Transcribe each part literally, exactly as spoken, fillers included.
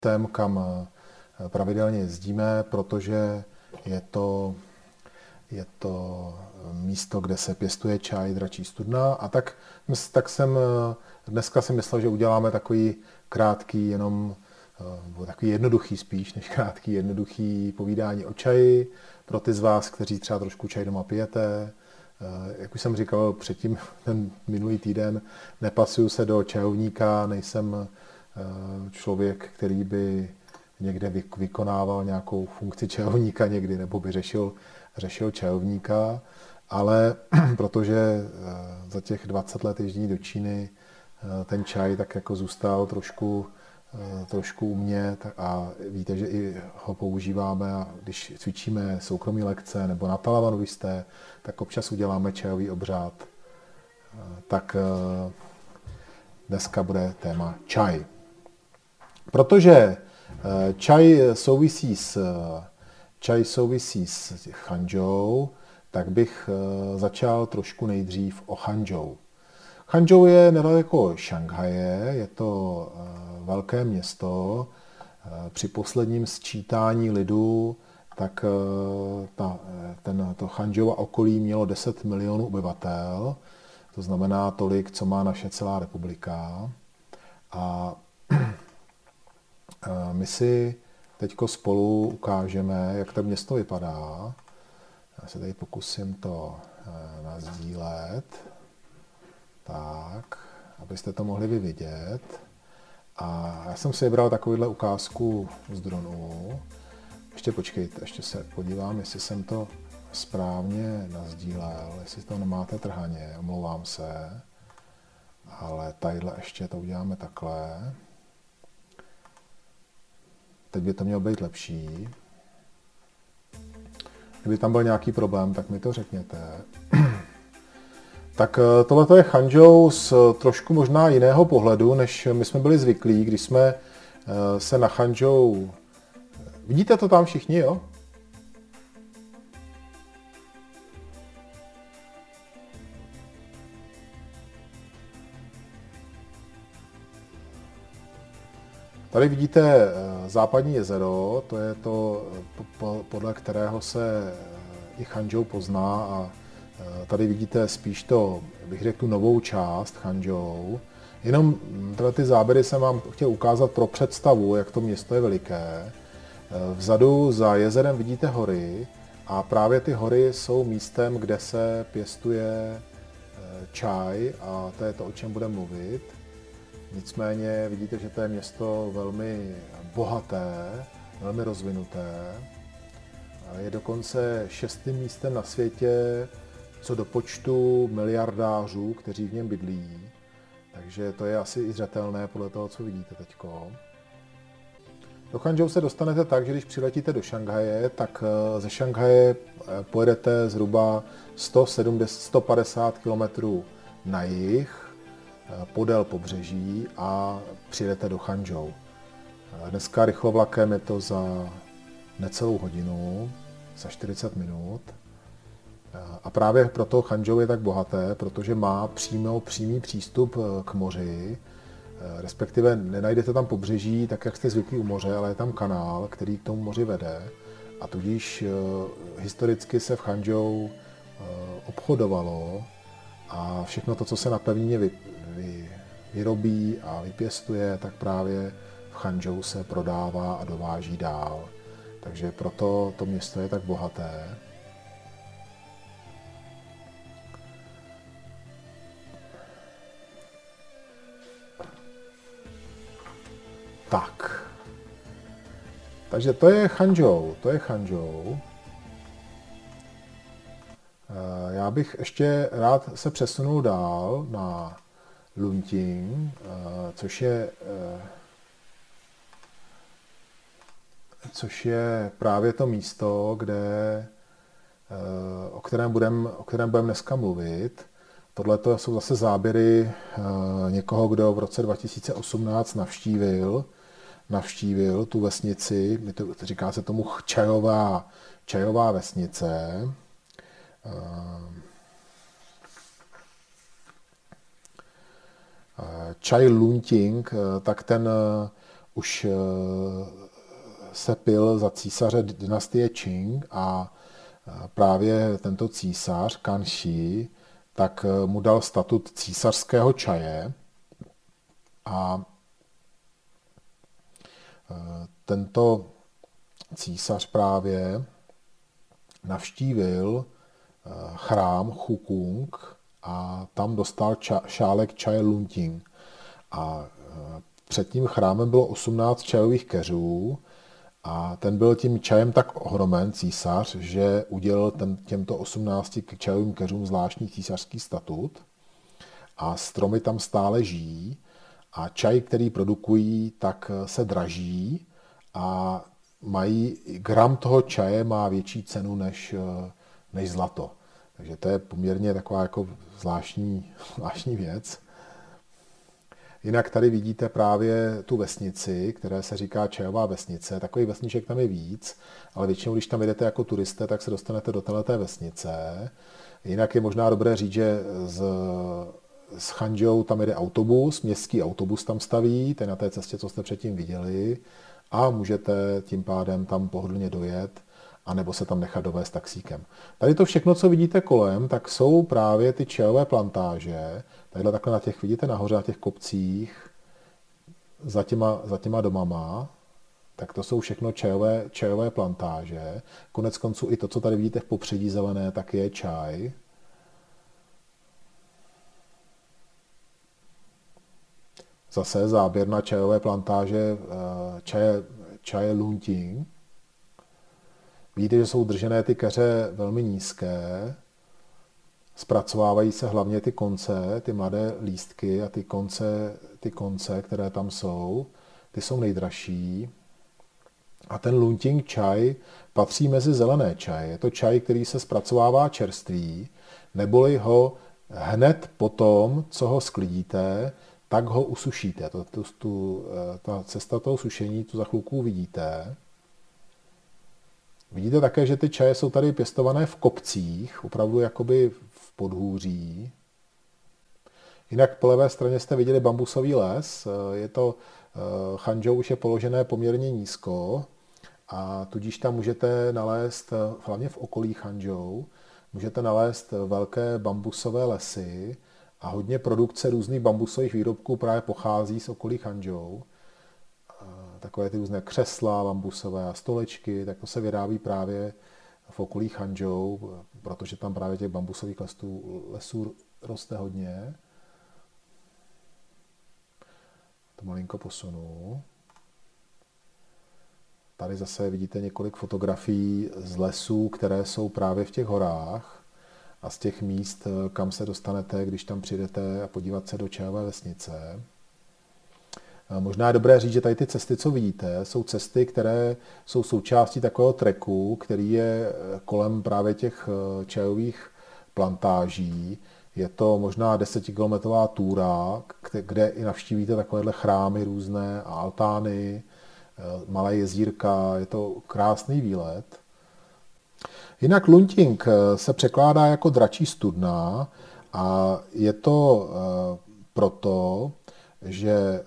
Tam, kam pravidelně jezdíme, protože je to, je to místo, kde se pěstuje čaj Dračí studna. A tak, tak jsem dneska si myslel, že uděláme takový krátký, jenom takový jednoduchý spíš, než krátký, jednoduchý povídání o čaji. Pro ty z vás, kteří třeba trošku čaj doma pijete. Jak už jsem říkal předtím, ten minulý týden, nepasuju se do čajovníka, nejsem člověk, který by někde vykonával nějakou funkci čajovníka někdy, nebo by řešil, řešil čajovníka, ale protože za těch dvacet let ježdění do Číny ten čaj tak jako zůstal trošku, trošku u mě a víte, že i ho používáme, a když cvičíme soukromé lekce nebo na Talavanuvisté, tak občas uděláme čajový obřád. Tak dneska bude téma čaj. Protože čaj souvisí s, čaj souvisí s Changzhou, tak bych začal trošku nejdřív o Changzhou. Changzhou je nedaleko Šanghaje, je to velké město. Při posledním sčítání lidu tak ta, ten, to Changzhou a okolí mělo deset milionů obyvatel, to znamená tolik, co má naše celá republika. A my si teď spolu ukážeme, jak to město vypadá. Já se tady pokusím to nasdílet, tak, abyste to mohli vy vidět. A já jsem si vybral takovouhle ukázku z dronu. Ještě počkejte, ještě se podívám, jestli jsem to správně nasdílel, jestli to nemáte trhaně, omlouvám se. Ale tadyhle ještě to uděláme takhle. Teď by to mělo být lepší. Kdyby tam byl nějaký problém, tak mi to řekněte. Tak tohle je Changzhou z trošku možná jiného pohledu, než my jsme byli zvyklí, když jsme se na Changzhou... Vidíte to tam všichni, jo? Tady vidíte západní jezero, to je to, podle kterého se i Changzhou pozná, a tady vidíte spíš to, bych řekl, tu novou část Changzhou. Jenom tyhle ty záběry jsem vám chtěl ukázat pro představu, jak to město je veliké. Vzadu za jezerem vidíte hory a právě ty hory jsou místem, kde se pěstuje čaj, a to je to, o čem budeme mluvit. Nicméně vidíte, že to je město velmi bohaté, velmi rozvinuté. Je dokonce šestým místem na světě co do počtu miliardářů, kteří v něm bydlí. Takže to je asi i zřetelné podle toho, co vidíte teďko. Do Changzhou se dostanete tak, že když přiletíte do Šanghaje, tak ze Šanghaje pojedete zhruba sto sedmdesát, sto padesát kilometrů na jih, podél pobřeží, a přijedete do Changzhou. Dneska rychlovlakem je to za necelou hodinu, za čtyřicet minut. A právě proto Changzhou je tak bohaté, protože má přímo přímý přístup k moři, respektive nenajdete tam pobřeží, tak jak jste zvyklí u moře, ale je tam kanál, který k tomu moři vede, a tudíž historicky se v Changzhou obchodovalo a všechno to, co se na pevnině vy, vy, vyrobí a vypěstuje, tak právě v Changzhou se prodává a dováží dál. Takže proto to město je tak bohaté. Tak. Takže to je Changzhou, to je Changzhou. Já bych ještě rád se přesunul dál na Lunting, což je, což je právě to místo, kde, o kterém budeme o kterém budem dneska mluvit. Tohle jsou zase záběry někoho, kdo v roce dva tisíce osmnáct navštívil, navštívil tu vesnici, říká se tomu čajová, čajová vesnice. Chai Lunting, tak ten už se pil za císaře dynastie Qing a právě tento císař Kanši tak mu dal statut císařského čaje a tento císař právě navštívil chrám Chukung a tam dostal ča, šálek čaje Lunting. A před tím chrámem bylo osmnáct čajových keřů a ten byl tím čajem tak ohromen, císař, že udělil ten, těmto osmnácti čajovým keřům zvláštní císařský statut a stromy tam stále žijí a čaj, který produkují, tak se draží a mají, gram toho čaje má větší cenu než, než zlato. Takže to je poměrně taková jako zvláštní, zvláštní věc. Jinak tady vidíte právě tu vesnici, které se říká Čajová vesnice. Takový vesniček tam je víc, ale většinou, když tam jdete jako turisté, tak se dostanete do této vesnice. Jinak je možná dobré říct, že z, z Changzhou tam jede autobus, městský autobus tam staví, ten na té cestě, co jste předtím viděli, a můžete tím pádem tam pohodlně dojet, anebo se tam nechat dovést taxíkem. Tady to všechno, co vidíte kolem, tak jsou právě ty čajové plantáže. Tadyhle takhle na těch, vidíte nahoře na těch kopcích, za těma, za těma domama, tak to jsou všechno čajové, čajové plantáže. Konec konců i to, co tady vidíte v popředí zelené, tak je čaj. Zase záběr na čajové plantáže čaje, čaje Lunting. Vidíte, že jsou držené ty keře velmi nízké. Zpracovávají se hlavně ty konce, ty mladé lístky a ty konce, ty konce, které tam jsou, ty jsou nejdražší. A ten Lunting čaj patří mezi zelené čaje. Je to čaj, který se zpracovává čerstvý, neboli ho hned po tom, co ho sklidíte, tak ho usušíte. To, tu, tu, ta cesta toho sušení, tu za chvilku uvidíte. Vidíte také, že ty čaje jsou tady pěstované v kopcích, opravdu jakoby v podhůří. Jinak po levé straně jste viděli bambusový les. Je to, Changzhou už je položené poměrně nízko a tudíž tam můžete nalézt, hlavně v okolí Changzhou, můžete nalézt velké bambusové lesy a hodně produkce různých bambusových výrobků právě pochází z okolí Changzhou. Takové ty různé křesla bambusové a stolečky, tak to se vyrábí právě v okolí Changzhou, protože tam právě těch bambusových lesů, lesů roste hodně. To malinko posunu. Tady zase vidíte několik fotografií z lesů, které jsou právě v těch horách a z těch míst, kam se dostanete, když tam přijdete a podívat se do Čajové vesnice. Možná je dobré říct, že tady ty cesty, co vidíte, jsou cesty, které jsou součástí takového treku, který je kolem právě těch čajových plantáží. Je to možná desetikilometrová túra, kde i navštívíte takovéhle chrámy různé a altány, malé jezírka. Je to krásný výlet. Jinak Lunting se překládá jako dračí studna a je to proto, že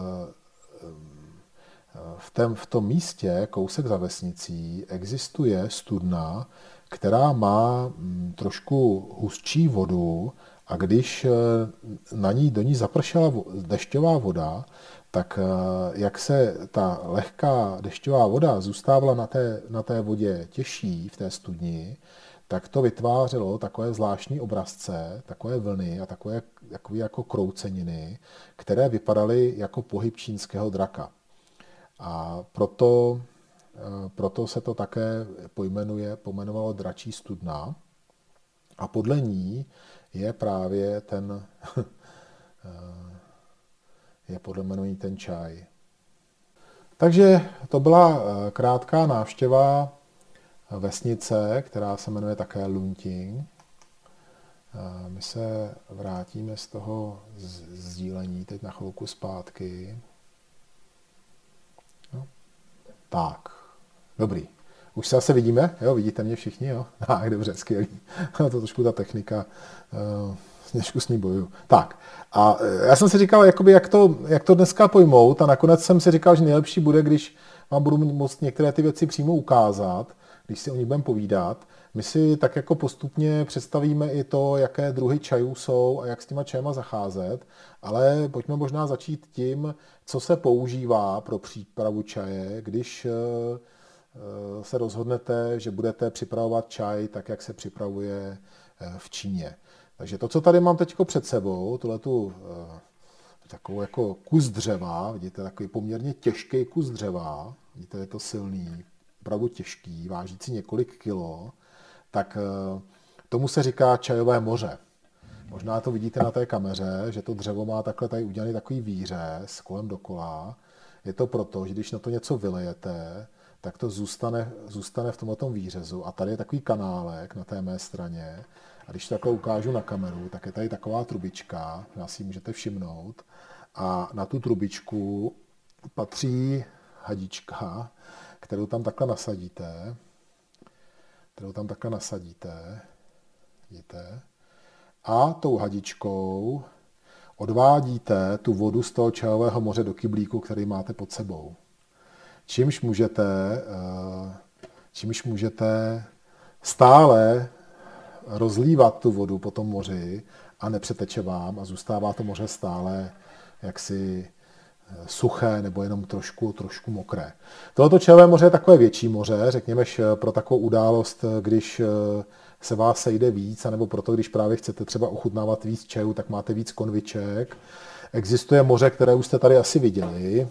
v, tém, v tom místě, kousek za vesnicí, existuje studna, která má trošku hustší vodu a když na ní, do ní zapršela dešťová voda, tak jak se ta lehká dešťová voda zůstávala na té, na té vodě těžší v té studni, tak to vytvářelo takové zvláštní obrazce, takové vlny a takové, takové jako krouceniny, které vypadaly jako pohyb čínského draka. A proto, proto se to také pojmenuje, pojmenovalo dračí studna. A podle ní je právě ten, je podle jmenování ten čaj. Takže to byla krátká návštěva vesnice, která se jmenuje také Lunting. My se vrátíme z toho sdílení teď na chvilku zpátky. No. Tak, dobrý. Už se asi vidíme? Jo, vidíte mě všichni, jo? Tak, dobře, skvělý. To trošku ta technika Sněžku s ní bojuju. Tak. A já jsem si říkal, jakoby, jak, to, jak to dneska pojmout a nakonec jsem si říkal, že nejlepší bude, když vám budu moct některé ty věci přímo ukázat, když si o nich budeme povídat. My si tak jako postupně představíme i to, jaké druhy čajů jsou a jak s těma čajema zacházet, ale pojďme možná začít tím, co se používá pro přípravu čaje, když se rozhodnete, že budete připravovat čaj tak, jak se připravuje v Číně. Takže to, co tady mám teď před sebou, tuhletu takovou jako kus dřeva, vidíte, takový poměrně těžký kus dřeva, vidíte, je to silný, opravdu těžký, vážící několik kilo, tak tomu se říká čajové moře. Možná to vidíte na té kameře, že to dřevo má takhle tady udělaný takový výřez kolem dokola. Je to proto, že když na to něco vylejete, tak to zůstane, zůstane v tomto výřezu. A tady je takový kanálek na té mé straně. A když to takhle ukážu na kameru, tak je tady taková trubička, já si ji můžete všimnout. A na tu trubičku patří hadička, kterou tam takhle nasadíte. kterou tam takhle nasadíte. Vidíte? A tou hadičkou odvádíte tu vodu z toho čajového moře do kyblíku, který máte pod sebou. Čímž můžete, čímž můžete stále rozlívat tu vodu po tom moři a nepřeteče vám a zůstává to moře stále jaksi suché nebo jenom trošku, trošku mokré. Tohoto čajové moře je takové větší moře, řekněme pro takovou událost, když se vás sejde víc, anebo proto, když právě chcete třeba ochutnávat víc čajů, tak máte víc konviček. Existuje moře, které už jste tady asi viděli.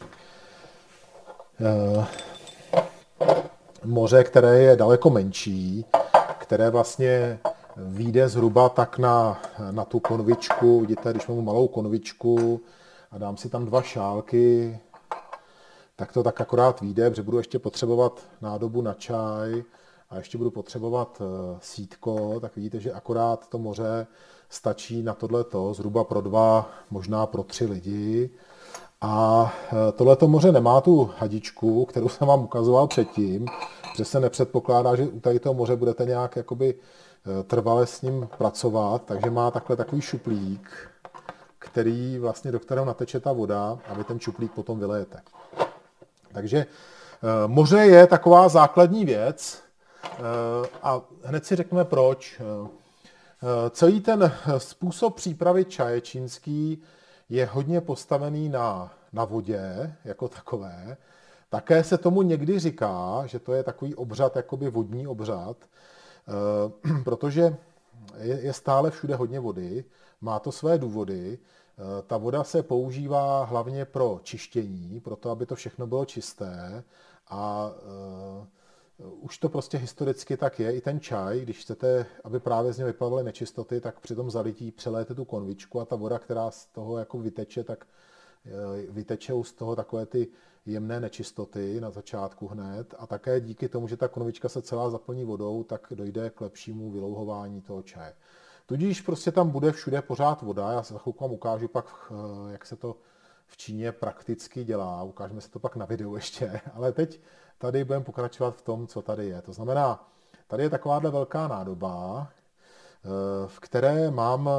Moře, které je daleko menší, které vlastně vyjde zhruba tak na, na tu konvičku. Vidíte, když mám malou konvičku a dám si tam dva šálky, tak to tak akorát vyjde, protože budu ještě potřebovat nádobu na čaj a ještě budu potřebovat sítko, tak vidíte, že akorát to moře stačí na tohleto, zhruba pro dva, možná pro tři lidi. A tohleto moře nemá tu hadičku, kterou jsem vám ukazoval předtím, že se nepředpokládá, že u tady toho moře budete nějak jakoby trvale s ním pracovat, takže má takhle takový šuplík, který vlastně, do kterého nateče ta voda a vy ten šuplík potom vylejete. Takže moře je taková základní věc a hned si řekneme proč. Celý ten způsob přípravy čaje čínský je hodně postavený na, na vodě jako takové. Také se tomu někdy říká, že to je takový obřad, jakoby vodní obřad, protože je, je stále všude hodně vody, má to své důvody. Ta voda se používá hlavně pro čištění, pro to, aby to všechno bylo čisté a uh, už to prostě historicky tak je. I ten čaj, když chcete, aby právě z něj vyplavaly nečistoty, tak při tom zalití přeléte tu konvičku a ta voda, která z toho jako vyteče, tak uh, vytečou z toho takové ty jemné nečistoty na začátku hned a také díky tomu, že ta konvička se celá zaplní vodou, tak dojde k lepšímu vylouhování toho čaje. Tudíž prostě tam bude všude pořád voda, já se za chvilku vám ukážu pak, jak se to v Číně prakticky dělá, ukážeme se to pak na videu ještě, ale teď tady budeme pokračovat v tom, co tady je. To znamená, tady je takováhle velká nádoba, v které mám,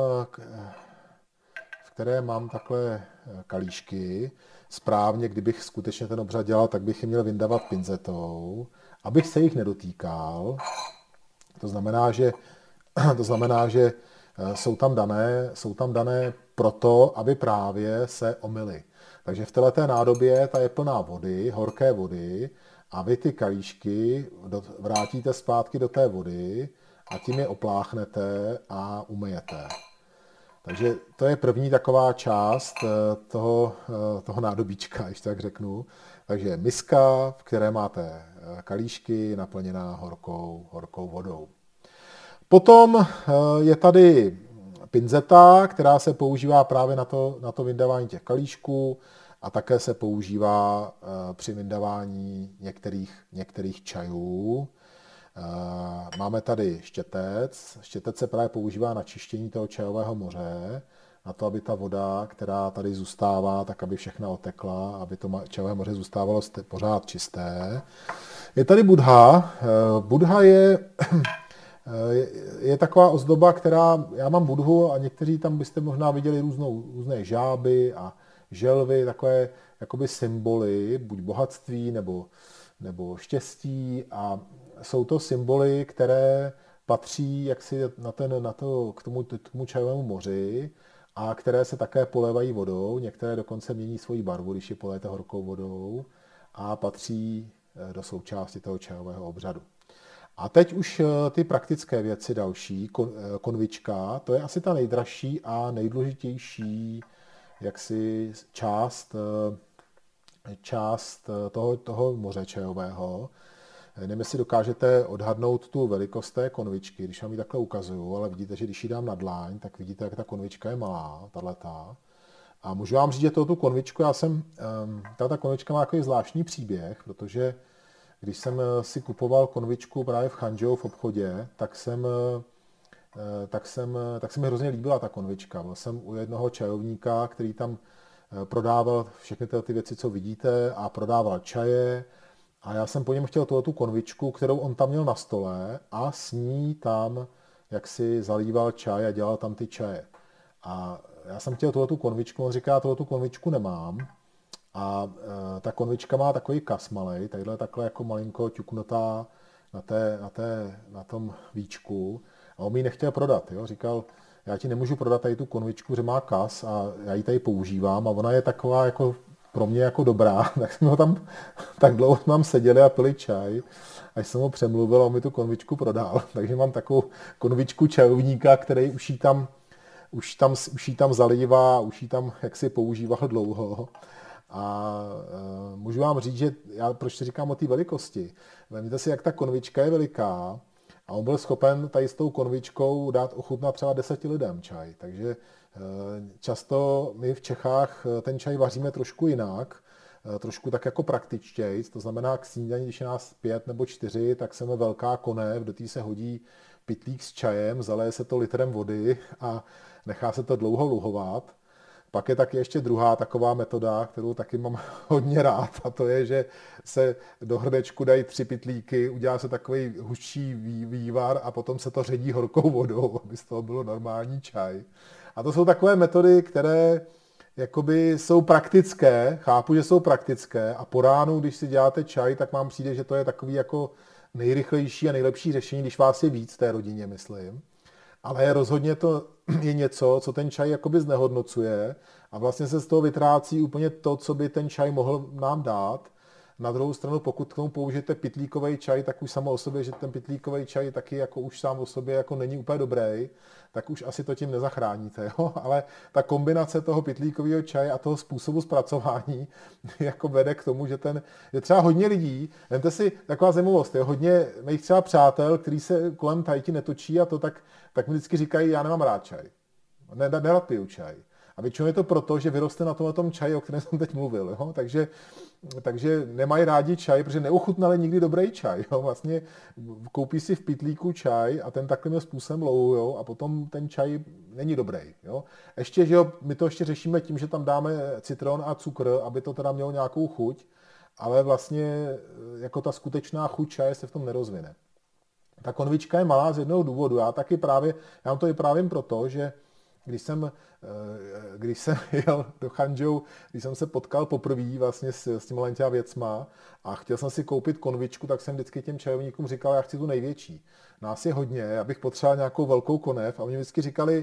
v které mám takhle kalíšky. Správně, kdybych skutečně ten obřad dělal, tak bych je měl vyndavat pinzetou, abych se jich nedotýkal. To znamená, že To znamená, že jsou tam dané, jsou tam dané proto, aby právě se omyly. Takže v této nádobě ta je plná vody, horké vody a vy ty kalíšky vrátíte zpátky do té vody a tím je opláchnete a umyjete. Takže to je první taková část toho, toho nádobíčka, když tak řeknu. Takže miska, v které máte kalíšky naplněná horkou, horkou vodou. Potom je tady pinzeta, která se používá právě na to, na to vyndávání těch kalíšků a také se používá při vyndávání některých, některých čajů. Máme tady štětec. Štětec se právě používá na čištění toho čajového moře, na to, aby ta voda, která tady zůstává, tak aby všechna otekla, aby to čajové moře zůstávalo pořád čisté. Je tady Buddha. Buddha je Je, je taková ozdoba, která, já mám Budhu a někteří tam byste možná viděli různou, různé žáby a želvy, takové jakoby symboly, buď bohatství nebo, nebo štěstí, a jsou to symboly, které patří jaksi na ten, na to, k tomu, tomu čajovému moři a které se také polévají vodou, některé dokonce mění svoji barvu, když je poléte horkou vodou, a patří do součásti toho čajového obřadu. A teď už ty praktické věci další. Konvička, to je asi ta nejdražší a nejdůležitější jaksi část, část toho, toho moře čajového. Nevím, jestli dokážete odhadnout tu velikost té konvičky, když vám ji takhle ukazuju, ale vidíte, že když ji dám na dláň, tak vidíte, jak ta konvička je malá, tato. A můžu vám říct, že tu konvičku, já jsem, tato konvička má takový zvláštní příběh, protože když jsem si kupoval konvičku právě v Changzhou v obchodě, tak jsem, tak jsem, tak se mi hrozně líbila ta konvička. Byl jsem u jednoho čajovníka, který tam prodával všechny ty věci, co vidíte, a prodával čaje. A já jsem po něm chtěl tu konvičku, kterou on tam měl na stole, a s ní tam jak si zalíval čaj a dělal tam ty čaje. A já jsem chtěl tu konvičku, on říká, tu konvičku nemám. A e, ta konvička má takový kas malej, tadyhle takhle jako malinko ťuknutá na, té, na, té, na tom víčku. A on mi ji nechtěl prodat. Jo? Říkal, já ti nemůžu prodat tady tu konvičku, že má kas a já ji tady používám a ona je taková jako pro mě jako dobrá. Tak jsme ho tam tak dlouho tam seděli a pili čaj, až jsem ho přemluvil a on mi tu konvičku prodal. Takže mám takovou konvičku čajovníka, který už ji tam, už tam, už ji tam zalívá, už ji tam jaksi používal dlouho. A uh, můžu vám říct, že já proč si říkám o té velikosti. Vezměte si, jak ta konvička je veliká, a on byl schopen tady s tou konvičkou dát ochutnat třeba deseti lidem čaj. Takže uh, často my v Čechách ten čaj vaříme trošku jinak, uh, trošku tak jako praktičtěji. To znamená, k snídani, když je nás pět nebo čtyři, tak jsme velká konev, do té se hodí pytlík s čajem, zaleje se to litrem vody a nechá se to dlouho luhovat. Pak je taky ještě druhá taková metoda, kterou taky mám hodně rád, a to je, že se do hrnečku dají tři pytlíky, udělá se takový hustší vývar a potom se to ředí horkou vodou, aby z toho bylo normální čaj. A to jsou takové metody, které jakoby jsou praktické, chápu, že jsou praktické, a po ránu, když si děláte čaj, tak vám přijde, že to je takový jako nejrychlejší a nejlepší řešení, když vás je víc v té rodině, myslím. Ale rozhodně to je něco, co ten čaj jakoby znehodnocuje a vlastně se z toho vytrácí úplně to, co by ten čaj mohl nám dát. Na druhou stranu, pokud k tomu použijete pytlíkový čaj, tak už samo o sobě, že ten pytlíkový čaj taky jako už sám o sobě jako není úplně dobrý, tak už asi to tím nezachráníte. Jo? Ale ta kombinace toho pytlíkového čaje a toho způsobu zpracování jako vede k tomu, že ten je třeba hodně lidí, vemte si taková zajímavost, je hodně mých třeba přátel, který se kolem tajti netočí a to tak, tak mi vždycky říkají, já nemám rád čaj. Ne, nerad piju čaj. A většinou je to proto, že vyroste na tom, tom čaji, o kterém jsem teď mluvil. Jo? Takže, takže nemají rádi čaj, protože neuchutnali nikdy dobrý čaj. Jo? Vlastně koupí si v pytlíku čaj a ten takovým způsobem loujou a potom ten čaj není dobrý. Jo? Ještě, že jo, my to ještě řešíme tím, že tam dáme citron a cukr, aby to teda mělo nějakou chuť, ale vlastně jako ta skutečná chuť čaje se v tom nerozvine. Ta konvička je malá z jednoho důvodu. Já taky právě, já vám to vyprávím proto, že Když jsem, když jsem jel do Changzhou, když jsem se potkal poprvé vlastně s, s těma těma věcma a chtěl jsem si koupit konvičku, tak jsem vždycky těm čajovníkům říkal, já chci tu největší. Nás je hodně, já bych potřeboval nějakou velkou konev a oni vždycky říkali,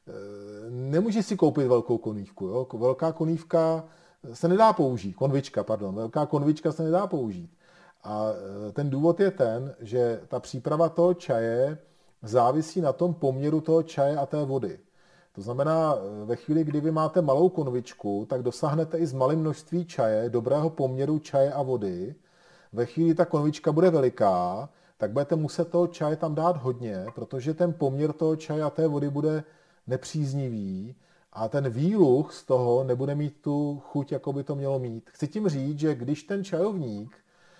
nemůžeš si koupit velkou konívku. Jo? Velká konívka se nedá použít, konvička, pardon, velká konvička se nedá použít. A ten důvod je ten, že ta příprava toho čaje závisí na tom poměru toho čaje a té vody. To znamená, ve chvíli, kdy vy máte malou konvičku, tak dosáhnete i z malým množství čaje, dobrého poměru čaje a vody. Ve chvíli, kdy ta konvička bude veliká, tak budete muset toho čaje tam dát hodně, protože ten poměr toho čaje a té vody bude nepříznivý a ten výluch z toho nebude mít tu chuť, jako by to mělo mít. Chci tím říct, že když ten čajovník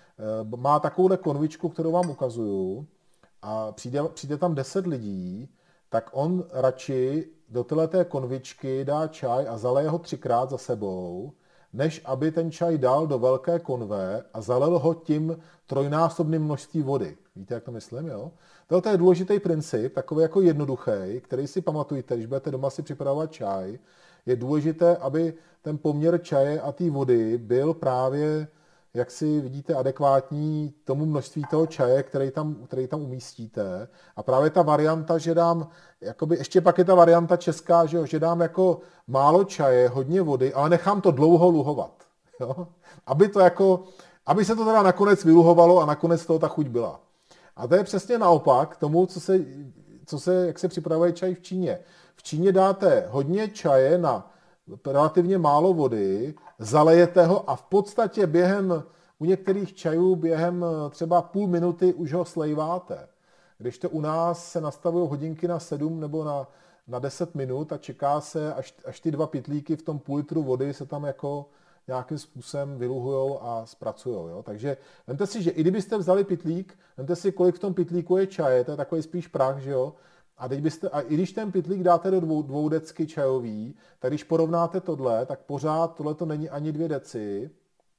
má takovouhle konvičku, kterou vám ukazuju, a přijde, přijde tam deset lidí, tak on radši do téhleté konvičky dá čaj a zaleje ho třikrát za sebou, než aby ten čaj dal do velké konve a zalil ho tím trojnásobným množství vody. Víte, jak to myslím, jo? Tohle je důležitý princip, takový jako jednoduchý, který si pamatujte, když budete doma si připravovat čaj. Je důležité, aby ten poměr čaje a té vody byl právě, jak si vidíte, adekvátní tomu množství toho čaje, který tam, který tam umístíte. A právě ta varianta, že dám, jakoby, ještě pak je ta varianta česká, že, jo, že dám jako málo čaje, hodně vody, ale nechám to dlouho luhovat. Jo? Aby, to jako, aby se to teda nakonec vyluhovalo a nakonec toho ta chuť byla. A to je přesně naopak tomu, co se, co se, jak se připravuje čaj v Číně. V Číně dáte hodně čaje na relativně málo vody, zalejete ho a v podstatě během, u některých čajů během třeba půl minuty už ho slejváte. Když to u nás se nastavují hodinky na sedm nebo na, na deset minut a čeká se, až, až ty dva pytlíky v tom půl litru vody se tam jako nějakým způsobem vyluhujou a zpracujou. Jo? Takže vemte si, že i kdybyste vzali pytlík, vemte si, kolik v tom pytlíku je čaje, to je takový spíš prach, že jo? A, teď byste, a i když ten pytlík dáte do dvou, dvou decky čajový, tak když porovnáte tohle, tak pořád tohle to není ani dvě deci.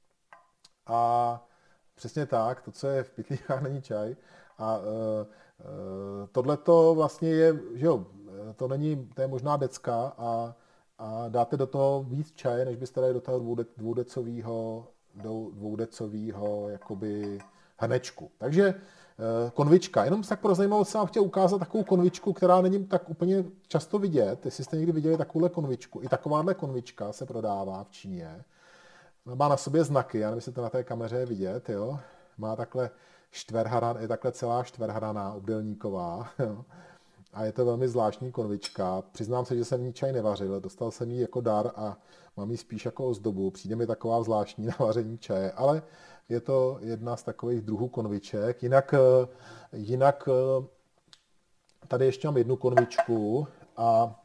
A přesně tak, to, co je v pytlíkách, není čaj. A uh, uh, tohle to vlastně je, že jo, to není, to je možná decka a, a dáte do toho víc čaje, než byste dali do toho dvoude, dvoudecovýho, do dvoudecovýho jakoby hrnečku. Takže konvička. Jenom tak pro zajímavost jsem vám chtěl ukázat takovou konvičku, která není tak úplně často vidět. Jestli jste někdy viděli takovouhle konvičku. I takováhle konvička se prodává v Číně. Má na sobě znaky, já nevím, jestli to na té kameře je vidět. Jo? Má takhle štverhran, je takhle celá štverhraná, obdélníková. Jo? A je to velmi zvláštní konvička. Přiznám se, že jsem ní čaj nevařil. Dostal jsem ji jako dar a mám ji spíš jako ozdobu. Přijde mi taková zvláštní na vaření čaje, ale je to jedna z takových druhů konviček. Jinak, jinak tady ještě mám jednu konvičku a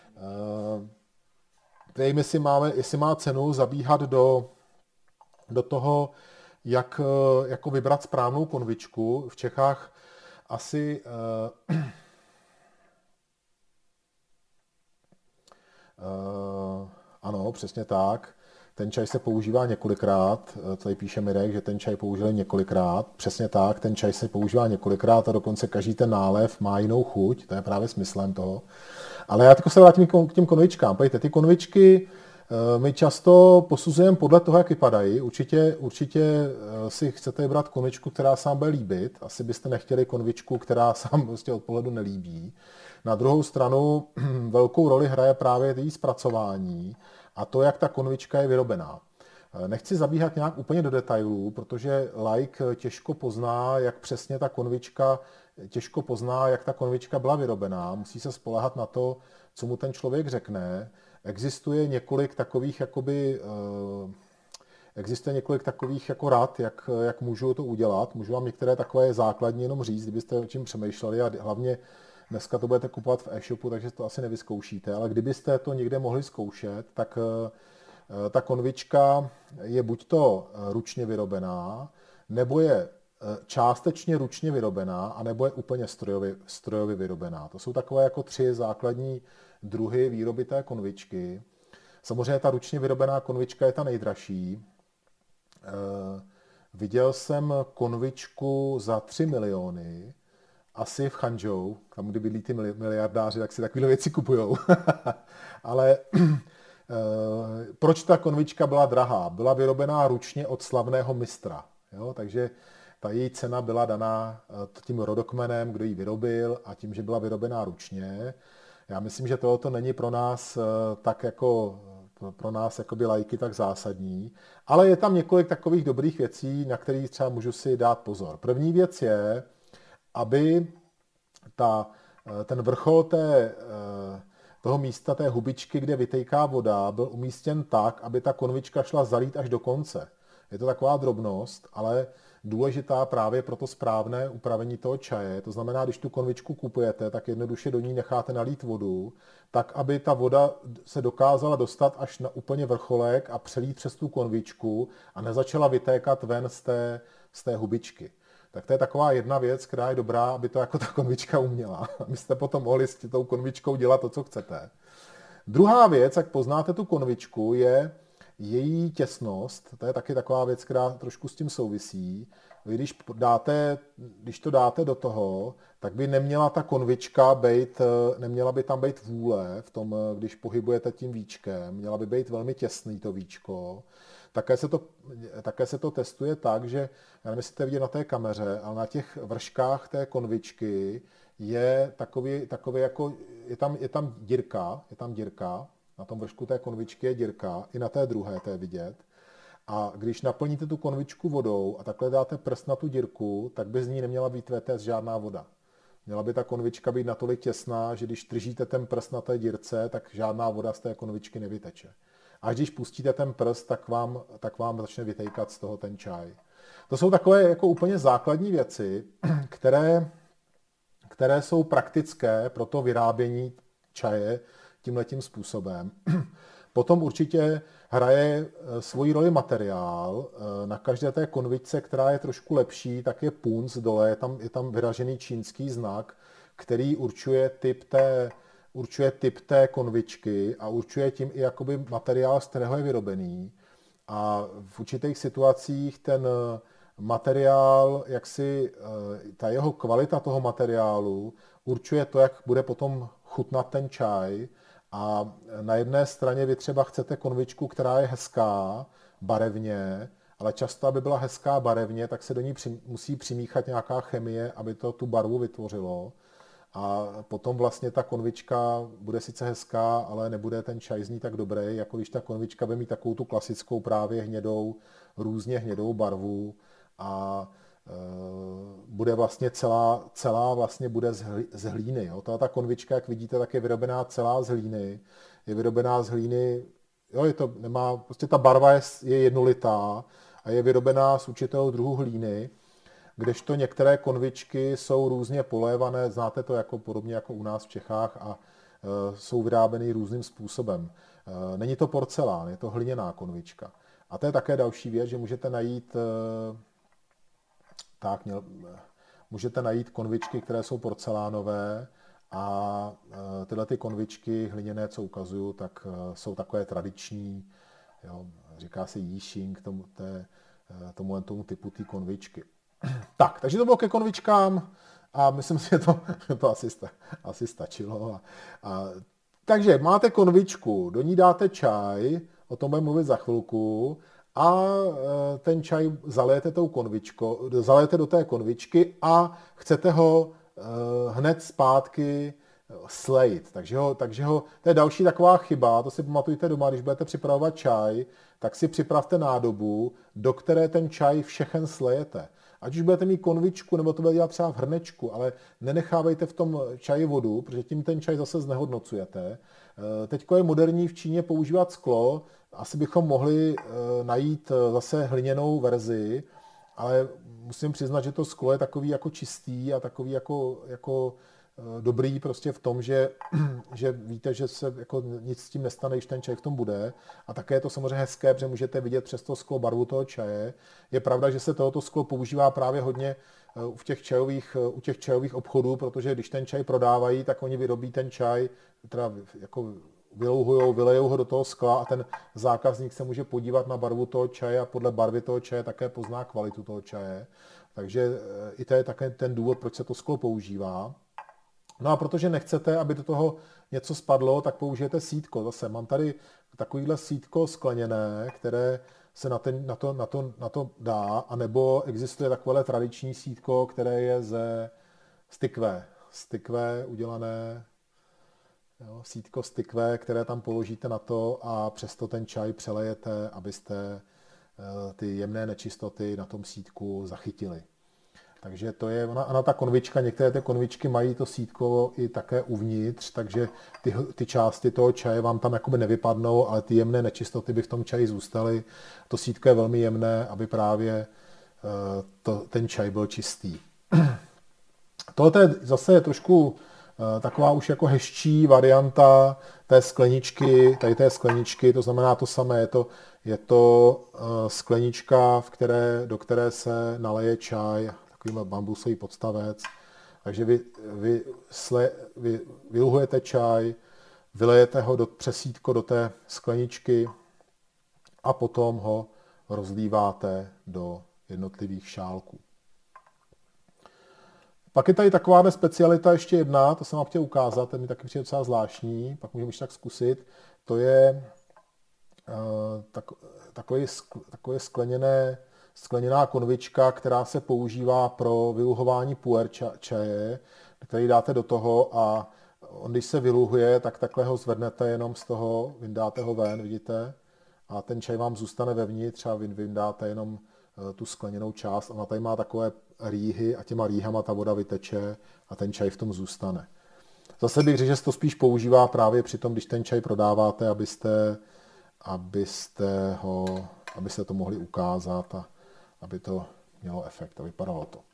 nevím, jestli, máme, jestli má cenu zabíhat do, do toho, jak jako vybrat správnou konvičku. V Čechách asi uh, uh, ano, přesně tak. Ten čaj se používá několikrát, tady píše Mirek, že ten čaj použili několikrát, přesně tak, ten čaj se používá několikrát a dokonce každý ten nálev má jinou chuť, to je právě smyslem toho. Ale já teď se vrátím k těm konvičkám. Pojďte, ty konvičky my často posuzujeme podle toho, jak vypadají. Určitě, určitě si chcete vybrat konvičku, která se vám bude líbit. Asi byste nechtěli konvičku, která se vám prostě od pohledu nelíbí. Na druhou stranu velkou roli hraje právě její zpracování a to, jak ta konvička je vyrobená. Nechci zabíhat nějak úplně do detailů, protože like těžko pozná, jak přesně ta konvička, těžko pozná, jak ta konvička byla vyrobená. Musí se spoléhat na to, co mu ten člověk řekne. Existuje několik takových jakoby, existuje několik takových jako rad, jak, jak můžu to udělat. Můžu vám některé takové základní jenom říct, kdybyste o čím přemýšleli a hlavně dneska to budete kupovat v e-shopu, takže to asi nevyzkoušíte, ale kdybyste to někde mohli zkoušet, tak ta konvička je buď to ručně vyrobená, nebo je částečně ručně vyrobená, anebo je úplně strojově, strojově vyrobená. To jsou takové jako tři základní druhy výroby té konvičky. Samozřejmě ta ručně vyrobená konvička je ta nejdražší. Viděl jsem konvičku za tři miliony, asi v Changzhou, tam, kde bydlí ty miliardáři, tak si takové věci kupujou. Ale proč ta konvička byla drahá? Byla vyrobená ručně od slavného mistra. Jo? Takže ta její cena byla daná tím rodokmenem, kdo ji vyrobil a tím, že byla vyrobená ručně. Já myslím, že tohoto není pro nás tak jako pro nás jakoby lajky tak zásadní, ale je tam několik takových dobrých věcí, na kterých třeba můžu si dát pozor. První věc je, aby ta, ten vrchol té, toho místa, té hubičky, kde vytejká voda, byl umístěn tak, aby ta konvička šla zalít až do konce. Je to taková drobnost, ale důležitá právě pro to správné upravení toho čaje. To znamená, když tu konvičku kupujete, tak jednoduše do ní necháte nalít vodu, tak aby ta voda se dokázala dostat až na úplně vrcholek a přelít přes tu konvičku a nezačala vytékat ven z té, z té hubičky. Tak to je taková jedna věc, která je dobrá, aby to jako ta konvička uměla. Abyste potom mohli s tou konvičkou dělat to, co chcete. Druhá věc, jak poznáte tu konvičku, je, její těsnost, to je taky taková věc, která trošku s tím souvisí. Vy když, dáte, když to dáte do toho, tak by neměla ta konvička být, neměla by tam být vůle v tom, když pohybujete tím víčkem, měla by být velmi těsný to víčko. Také se to, také se to testuje tak, že, já nevím, jestli to vidět na té kameře, ale na těch vrškách té konvičky je takový, takový jako, je tam, je tam dírka, je tam dírka, na tom vršku té konvičky je dírka, i na té druhé to je vidět. A když naplníte tu konvičku vodou a takhle dáte prst na tu dírku, tak by z ní neměla být V T S žádná voda. Měla by ta konvička být natolik těsná, že když držíte ten prst na té dírce, tak žádná voda z té konvičky nevyteče. A když pustíte ten prst, tak vám, tak vám začne vytejkat z toho ten čaj. To jsou takové jako úplně základní věci, které, které jsou praktické pro to vyrábění čaje tímhletím způsobem. Potom určitě hraje svoji roli materiál. Na každé té konvičce, která je trošku lepší, tak je punc dole, je tam, je tam vyražený čínský znak, který určuje typ té, určuje typ té konvičky a určuje tím i jakoby materiál, z kterého je vyrobený. A v určitých situacích ten materiál, jaksi ta jeho kvalita toho materiálu určuje to, jak bude potom chutnat ten čaj. A na jedné straně vy třeba chcete konvičku, která je hezká barevně, ale často, aby byla hezká barevně, tak se do ní při, musí přimíchat nějaká chemie, aby to tu barvu vytvořilo. A potom vlastně ta konvička bude sice hezká, ale nebude ten čaj z ní tak dobrý, jako když ta konvička bude mít takovou tu klasickou právě hnědou, různě hnědou barvu a e, bude vlastně celá, celá vlastně bude z, hlí, z hlíny. Jo. Ta, ta konvička, jak vidíte, tak je vyrobená celá z hlíny. Je vyrobená z hlíny, jo, je to, nemá, prostě ta barva je, je jednolitá a je vyrobená z určitého druhu hlíny, kdežto některé konvičky jsou různě polévané, znáte to jako podobně jako u nás v Čechách a e, jsou vyráběny různým způsobem. E, není to porcelán, je to hliněná konvička. A to je také další věc, že můžete najít, e, tak, měl, můžete najít konvičky, které jsou porcelánové a e, tyhle ty konvičky hliněné, co ukazuju, tak e, jsou takové tradiční, jo, říká se Yixing tomu, té, tomu, tomu typu té konvičky. Tak, takže to bylo ke konvičkám a myslím si, že to, to asi, sta, asi stačilo. A, a, takže máte konvičku, do ní dáte čaj, o tom budeme mluvit za chvilku, a e, ten čaj zalijete tou konvičkou, zalijete do té konvičky a chcete ho e, hned zpátky slejt. Takže ho, takže ho, to je další taková chyba, to si pamatujte doma, když budete připravovat čaj, tak si připravte nádobu, do které ten čaj všechen slejete. Ať už budete mít konvičku, nebo to bude dělat třeba v hrnečku, ale nenechávejte v tom čaji vodu, protože tím ten čaj zase znehodnocujete. Teďko je moderní v Číně používat sklo, asi bychom mohli najít zase hliněnou verzi, ale musím přiznat, že to sklo je takový jako čistý a takový jako, jako dobrý prostě v tom, že, že víte, že se jako nic s tím nestane, když ten čaj v tom bude. A také je to samozřejmě hezké, protože můžete vidět přes to sklo barvu toho čaje. Je pravda, že se tohoto sklo používá právě hodně v těch čajových, u těch čajových obchodů, protože když ten čaj prodávají, tak oni vyrobí ten čaj, teda jako vylouhujou, vylejou ho do toho skla a ten zákazník se může podívat na barvu toho čaje a podle barvy toho čaje také pozná kvalitu toho čaje. Takže i to je také ten důvod, proč se to sklo používá. No a protože nechcete, aby do toho něco spadlo, tak použijete sítko. Zase mám tady takovýhle sítko skleněné, které se na, ten, na, to, na, to, na to dá, anebo existuje takové tradiční sítko, které je ze stykvé. Stykvé udělané, jo, sítko stykvé, které tam položíte na to a přesto ten čaj přelejete, abyste ty jemné nečistoty na tom sítku zachytili. Takže to je ona, ona ta konvička, některé ty konvičky mají to sítko i také uvnitř, takže ty, ty části toho čaje vám tam jakoby nevypadnou, ale ty jemné nečistoty by v tom čaji zůstaly. To sítko je velmi jemné, aby právě uh, to, ten čaj byl čistý. Tohle je zase trošku uh, taková už jako hezčí varianta té skleničky, tady té skleničky, to znamená to samé, je to, je to uh, sklenička, v které, do které se naleje čaj, bambusový podstavec. Takže vy, vy, sle, vy vyluhujete čaj, vylejete ho do, přes sítko do té skleničky a potom ho rozlíváte do jednotlivých šálků. Pak je tady taková specialita ještě jedna, to jsem vám chtěl ukázat, ten mi taky přijde docela zvláštní, pak můžeme ještě tak zkusit. To je uh, tak, takový, takový skleněné, skleněná konvička, která se používá pro vyluhování puer čaje, který dáte do toho a on, když se vyluhuje, tak takhle ho zvednete jenom z toho, vyndáte ho ven, vidíte? A ten čaj vám zůstane vevnitř a vy vyndáte jenom tu skleněnou část. Ona tady má takové rýhy a těma rýhama ta voda vyteče a ten čaj v tom zůstane. Zase bych řekl, že se to spíš používá právě při tom, když ten čaj prodáváte, abyste, abyste, ho, abyste to mohli ukázat a aby to mělo efekt a vypadalo to.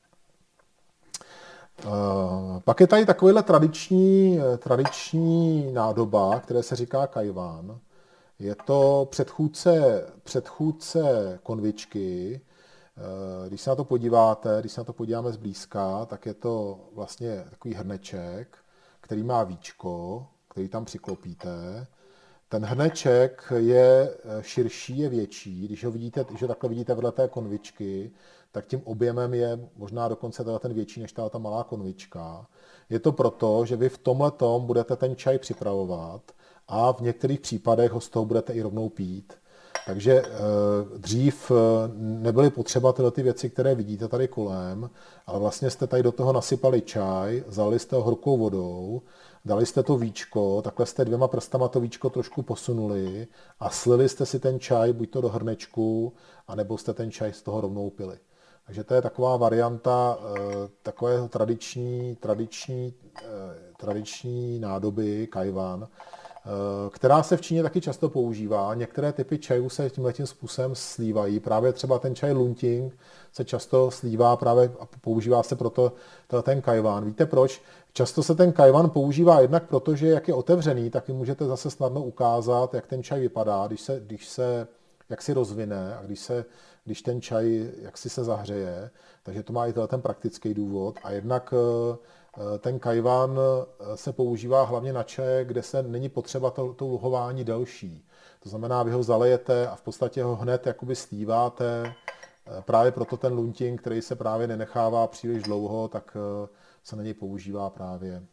Pak je tady takovýhle tradiční, tradiční nádoba, které se říká kajván. Je to předchůdce, předchůdce konvičky. Když se na to podíváte, když se na to podíváme zblízka, tak je to vlastně takový hrneček, který má víčko, který tam přiklopíte. Ten hrneček je širší, je větší. Když ho vidíte, když ho takhle vidíte vedle té konvičky, tak tím objemem je možná dokonce teda ten větší než ta malá konvička. Je to proto, že vy v tomhletom budete ten čaj připravovat a v některých případech ho z toho budete i rovnou pít. Takže dřív nebyly potřeba tyhle ty věci, které vidíte tady kolem, ale vlastně jste tady do toho nasypali čaj, zalili jste ho horkou vodou, dali jste to víčko, takhle jste dvěma prstama to víčko trošku posunuli a slili jste si ten čaj buď to do hrnečku, anebo jste ten čaj z toho rovnou pili. Takže to je taková varianta takového tradiční, tradiční, tradiční nádoby kajvan, která se v Číně taky často používá. Některé typy čajů se tímhletím způsobem slívají. Právě třeba ten čaj Lunting se často slívá právě a používá se proto ten kajvan. Víte proč? Často se ten kajvan používá jednak proto, že jak je otevřený, tak vy můžete zase snadno ukázat, jak ten čaj vypadá, když se, když se jak si rozvine a když, se, když ten čaj jak si se zahřeje. Takže to má i ten praktický důvod. A jednak ten kajvan se používá hlavně na čaje, kde se není potřeba to, to luhování delší. To znamená, vy ho zalejete a v podstatě ho hned jakoby slíváte. Právě proto ten Lunting, který se právě nenechává příliš dlouho, tak se na něj používá právě,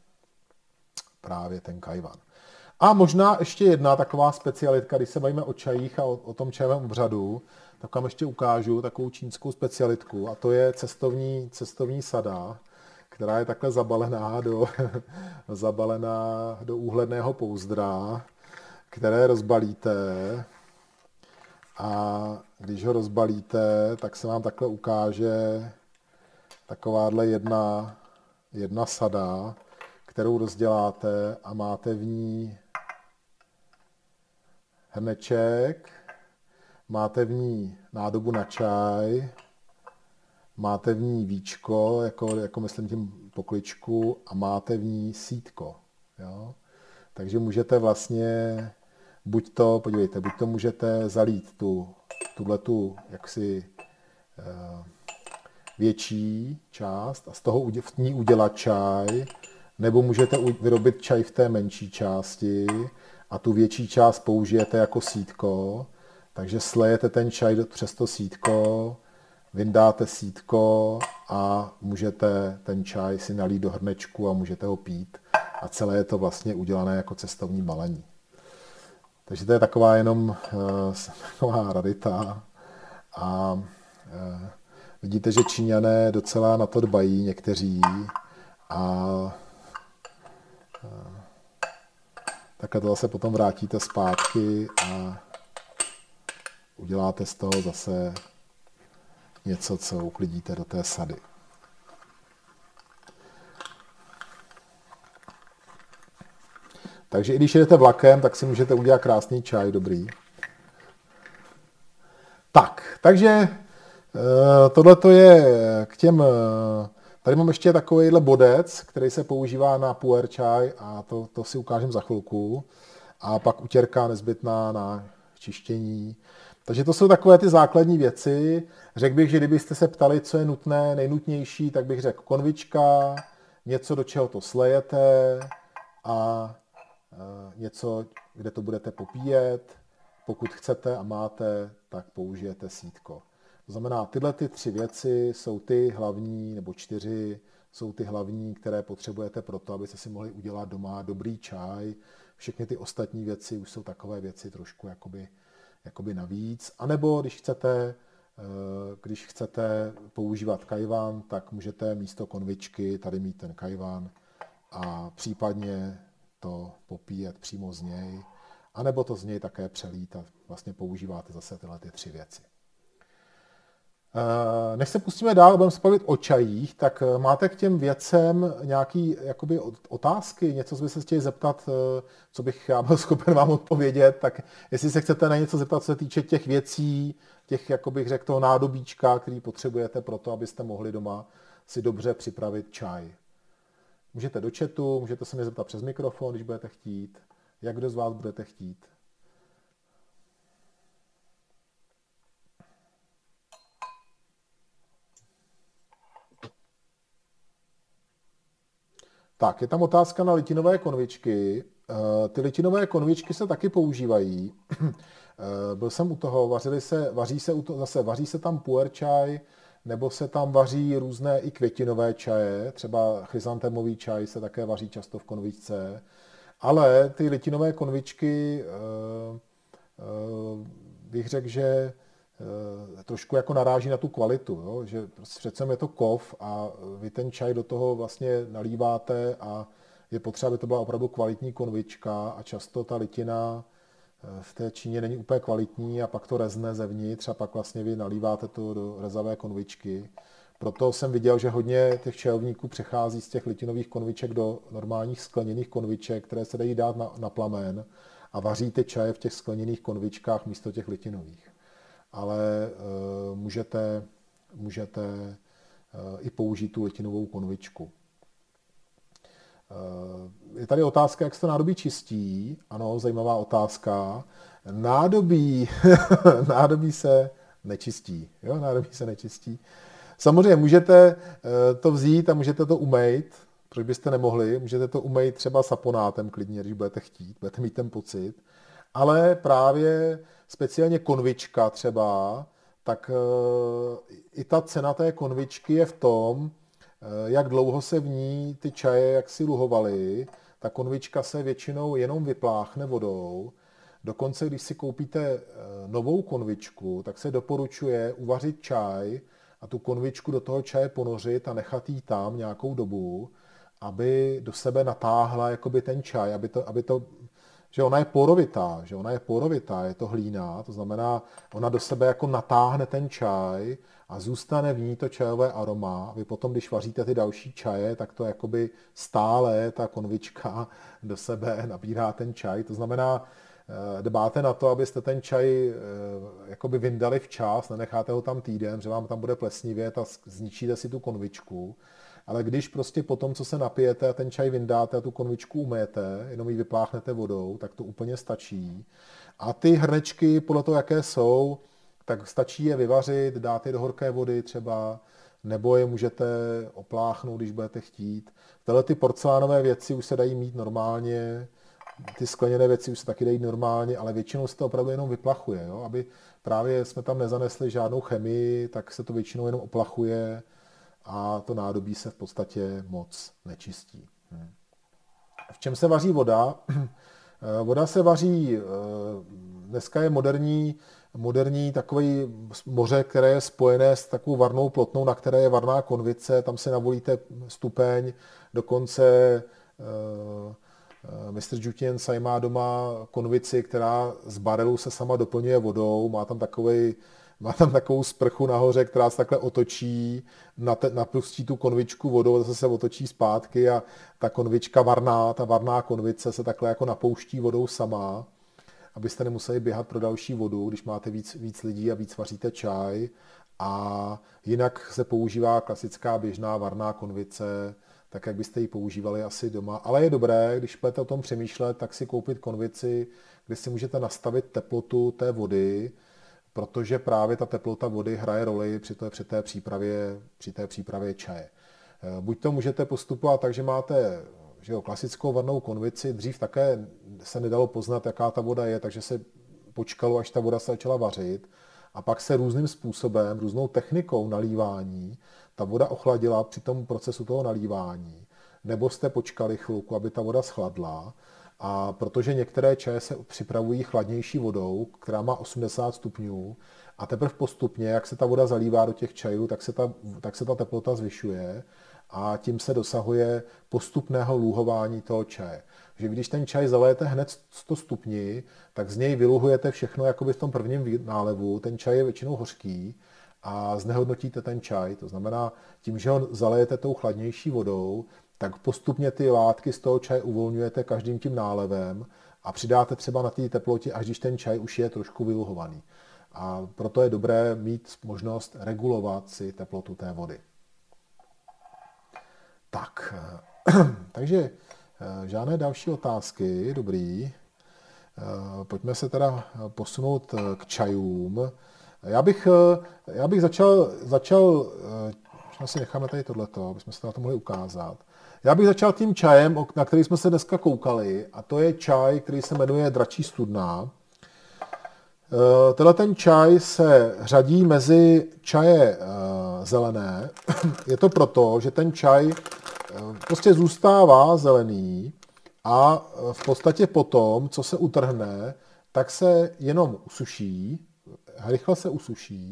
právě ten kajvan. A možná ještě jedna taková specialitka, když se bavíme o čajích a o, o tom čajovém obřadu, tak vám ještě ukážu takovou čínskou specialitku a to je cestovní, cestovní sada, která je takhle zabalená do, zabalená do úhledného pouzdra, které rozbalíte a když ho rozbalíte, tak se vám takhle ukáže takováhle jedna, jedna sada, kterou rozděláte a máte v ní hrneček, máte v ní nádobu na čaj, máte v ní víčko, jako, jako myslím tím pokličku, a máte v ní sítko. Jo? Takže můžete vlastně, buď to, podívejte, buď to můžete zalít tu, tuhletu jaksi eh, větší část a z toho v ní udělat čaj, nebo můžete vyrobit čaj v té menší části a tu větší část použijete jako sítko, takže slejete ten čaj přes to sítko, vyndáte sítko a můžete ten čaj si nalít do hrnečku a můžete ho pít. A celé je to vlastně udělané jako cestovní balení. Takže to je taková jenom uh, taková rarita. A uh, vidíte, že Číňané docela na to dbají někteří. A uh, takhle to zase potom vrátíte zpátky a uděláte z toho zase něco, co uklidíte do té sady. Takže i když jedete vlakem, tak si můžete udělat krásný čaj, dobrý. Tak, takže tohle to je k těm... Tady mám ještě takovýhle bodec, který se používá na puer čaj a to, to si ukážem za chvilku. A pak utěrka nezbytná na čištění. Takže to jsou takové ty základní věci. Řekl bych, že kdybyste se ptali, co je nutné, nejnutnější, tak bych řekl konvička, něco, do čeho to slejete a něco, kde to budete popíjet, pokud chcete a máte, tak použijete sítko. To znamená, tyhle ty tři věci jsou ty hlavní, nebo čtyři, jsou ty hlavní, které potřebujete pro to, abyste si mohli udělat doma dobrý čaj. Všechny ty ostatní věci už jsou takové věci trošku jakoby, jakoby navíc. A nebo když chcete, když chcete používat kajvan, tak můžete místo konvičky tady mít ten kajvan a případně to popíjet přímo z něj, anebo to z něj také přelít a vlastně používáte zase tyhle ty tři věci. Než se pustíme dál, budeme se bavit o čajích, tak máte k těm věcem nějaké jakoby otázky, něco, co byste se chtěli zeptat, co bych já byl schopen vám odpovědět, tak jestli se chcete na něco zeptat, co se týče těch věcí, těch, jako bych řekl, toho nádobíčka, který potřebujete pro to, abyste mohli doma si dobře připravit čaj. Můžete do chatu, můžete se mě zeptat přes mikrofon, když budete chtít, jak kdo z vás budete chtít. Tak, je tam otázka na litinové konvičky. Ty litinové konvičky se taky používají. Byl jsem u toho, vařili se, vaří se u toho, zase vaří se tam puer čaj, nebo se tam vaří různé i květinové čaje, třeba chryzantémový čaj se také vaří často v konvičce. Ale ty litinové konvičky, bych řekl, že trošku jako naráží na tu kvalitu, jo? Že prostě přece je to kov a vy ten čaj do toho vlastně nalíváte a je potřeba, aby to byla opravdu kvalitní konvička a často ta litina v té Číně není úplně kvalitní a pak to rezne zevnitř a pak vlastně vy nalíváte to do rezavé konvičky. Proto jsem viděl, že hodně těch čajovníků přechází z těch litinových konviček do normálních skleněných konviček, které se dají dát na, na plamen a vaří ty čaje v těch skleněných konvičkách místo těch litinových. Ale e, můžete, můžete e, i použít tu litinovou konvičku. E, je tady otázka, jak se to nádobí čistí. Ano, zajímavá otázka. Nádobí, nádobí se nečistí. Jo, nádobí se nečistí. Samozřejmě můžete to vzít a můžete to umýt. Proč byste nemohli? Můžete to umýt třeba saponátem klidně, když budete chtít, budete mít ten pocit. Ale právě speciálně konvička třeba, tak i ta cena té konvičky je v tom, jak dlouho se v ní ty čaje jaksi luhovaly. Ta konvička se většinou jenom vypláchne vodou. Dokonce, když si koupíte novou konvičku, tak se doporučuje uvařit čaj a tu konvičku do toho čaje ponořit a nechat jí tam nějakou dobu, aby do sebe natáhla jakoby ten čaj, aby to, aby to že ona je porovitá, že ona je porovitá, je to hlína, to znamená, ona do sebe jako natáhne ten čaj a zůstane v ní to čajové aroma. Vy potom, když vaříte ty další čaje, tak to jakoby stále ta konvička do sebe nabírá ten čaj. To znamená, dbáte na to, abyste ten čaj jakoby vyndali včas, nenecháte ho tam týden, že vám tam bude plesnivět a zničíte si tu konvičku. Ale když prostě po tom, co se napijete a ten čaj vyndáte a tu konvičku umyjete, jenom ji vypláchnete vodou, tak to úplně stačí. A ty hrnečky, podle toho, jaké jsou, tak stačí je vyvařit, dát je do horké vody třeba, nebo je můžete opláchnout, když budete chtít. Tyhle ty porcelánové věci už se dají mít normálně, ty skleněné věci už se taky dají normálně, ale většinou se to opravdu jenom vyplachuje. Jo? Aby právě jsme tam nezanesli žádnou chemii, tak se to většinou jenom oplachuje a to nádobí se v podstatě moc nečistí. V čem se vaří voda? Voda se vaří, dneska je moderní, moderní takový moře, které je spojené s takovou varnou plotnou, na které je varná konvice, tam si navolíte stupeň, dokonce mistr Jutien Tsai má doma konvici, která z barelu se sama doplňuje vodou, má tam takovej Má tam takovou sprchu nahoře, která se takhle otočí, napustí tu konvičku vodou, zase se otočí zpátky a ta konvička varná, ta varná konvice se takhle jako napouští vodou sama, abyste nemuseli běhat pro další vodu, když máte víc, víc lidí a víc vaříte čaj. A jinak se používá klasická běžná varná konvice, tak jak byste ji používali asi doma. Ale je dobré, když budete o tom přemýšlet, tak si koupit konvici, kde si můžete nastavit teplotu té vody, protože právě ta teplota vody hraje roli při té, při té, přípravě, při té přípravě čaje. Buď to můžete postupovat tak, že máte že jo, klasickou varnou konvici, dřív také se nedalo poznat, jaká ta voda je, takže se počkalo, až ta voda se začala vařit a pak se různým způsobem, různou technikou nalívání ta voda ochladila při tom procesu toho nalívání. Nebo jste počkali chvilku, aby ta voda schladla. A protože některé čaje se připravují chladnější vodou, která má osmdesát stupňů, a teprve postupně, jak se ta voda zalívá do těch čajů, tak se ta, tak se ta teplota zvyšuje a tím se dosahuje postupného lúhování toho čaje. Že když ten čaj zaléjete hned sto stupni, tak z něj vyluhujete všechno jakoby v tom prvním nálevu. Ten čaj je většinou hořký a znehodnotíte ten čaj. To znamená, tím, že ho zalejete tou chladnější vodou, tak postupně ty látky z toho čaje uvolňujete každým tím nálevem a přidáte třeba na té teplotě, až když ten čaj už je trošku vyluhovaný. A proto je dobré mít možnost regulovat si teplotu té vody. Tak, takže žádné další otázky, dobrý. Pojďme se teda posunout k čajům. Já bych, já bych začal, začal, možná si necháme tady tohleto, abychom se na to mohli ukázat. Já bych začal tím čajem, na který jsme se dneska koukali, a to je čaj, který se jmenuje Dračí studna. Tenhle ten čaj se řadí mezi čaje zelené. Je to proto, že ten čaj prostě zůstává zelený a v podstatě potom, co se utrhne, tak se jenom usuší, rychle se usuší,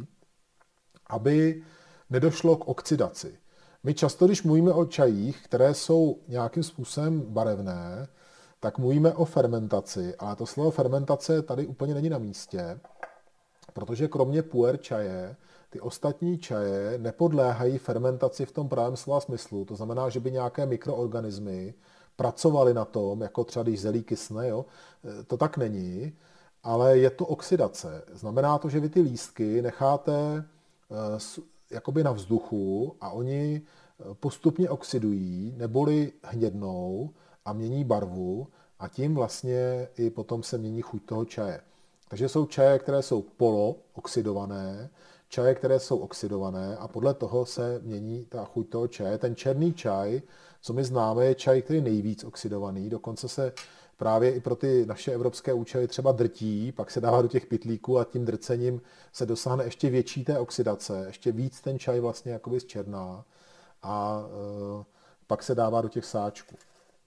aby nedošlo k oxidaci. My často, když mluvíme o čajích, které jsou nějakým způsobem barevné, tak mluvíme o fermentaci, ale to slovo fermentace tady úplně není na místě, protože kromě puer čaje, ty ostatní čaje nepodléhají fermentaci v tom pravém slova smyslu. To znamená, že by nějaké mikroorganismy pracovaly na tom, jako třeba když zelí kysne, jo? To tak není, ale je to oxidace. Znamená to, že vy ty lístky necháte jakoby na vzduchu a oni postupně oxidují, neboli hnědnou a mění barvu a tím vlastně i potom se mění chuť toho čaje. Takže jsou čaje, které jsou polooxidované, čaje, které jsou oxidované a podle toho se mění ta chuť toho čaje. Ten černý čaj, co my známe, je čaj, který je nejvíc oxidovaný, dokonce se právě i pro ty naše evropské účely třeba drtí, pak se dává do těch pytlíků a tím drcením se dosáhne ještě větší té oxidace, ještě víc ten čaj vlastně jakoby zčerná a e, pak se dává do těch sáčků.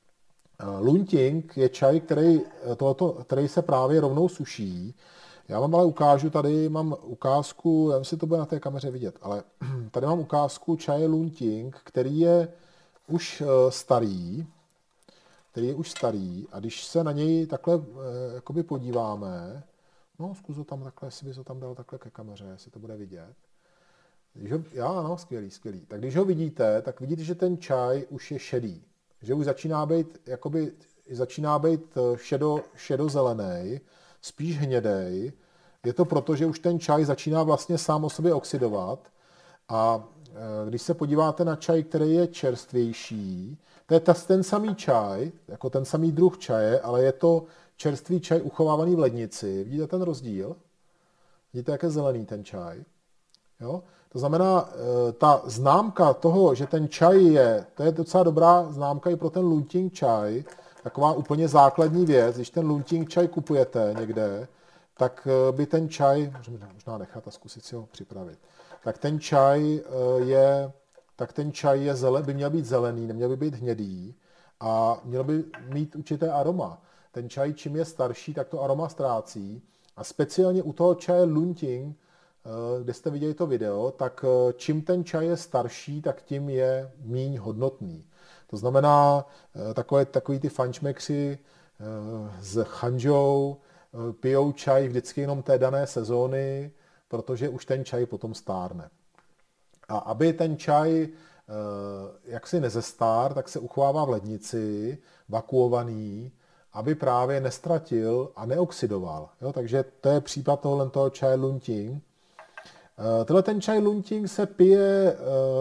Lunting je čaj, který, tohoto, který se právě rovnou suší. Já vám ale ukážu, tady mám ukázku, já myslím, že to bude na té kameře vidět, ale tady mám ukázku čaje Lunting, který je už starý, který je už starý a když se na něj takhle jakoby podíváme, no zkus ho tam takhle, jestli bys ho tam dal takhle ke kameře, jestli to bude vidět. Když ho, já, ano, skvělý, skvělý. Tak když ho vidíte, tak vidíte, že ten čaj už je šedý. Že už začíná být, jakoby, začíná být šedo, šedozelený, spíš hnědej. Je to proto, že už ten čaj začíná vlastně sám o sobě oxidovat. A když se podíváte na čaj, který je čerstvější, to je ten samý čaj, jako ten samý druh čaje, ale je to čerstvý čaj uchovávaný v lednici. Vidíte ten rozdíl? Vidíte, jak je zelený ten čaj? Jo? To znamená, ta známka toho, že ten čaj je, to je docela dobrá známka i pro ten Lunting čaj, taková úplně základní věc, když ten Lunting čaj kupujete někde, tak by ten čaj, možná nechat a zkusit si ho připravit, tak ten čaj je, tak ten čaj je zelen, by měl být zelený, neměl by být hnědý a měl by mít určité aroma. Ten čaj, čím je starší, tak to aroma ztrácí a speciálně u toho čaje Lunting, kde jste viděli to video, tak čím ten čaj je starší, tak tím je míň hodnotný. To znamená, takové, takový ty fančmekři s Changzhou pijou čaj vždycky jenom té dané sezóny, protože už ten čaj potom stárne. A aby ten čaj jaksi nezestár, tak se uchovává v lednici, vakuovaný, aby právě nestratil a neoxidoval. Jo, takže to je případ tohohle toho čaje Lunting. Tenhle ten čaj Lunting se pije,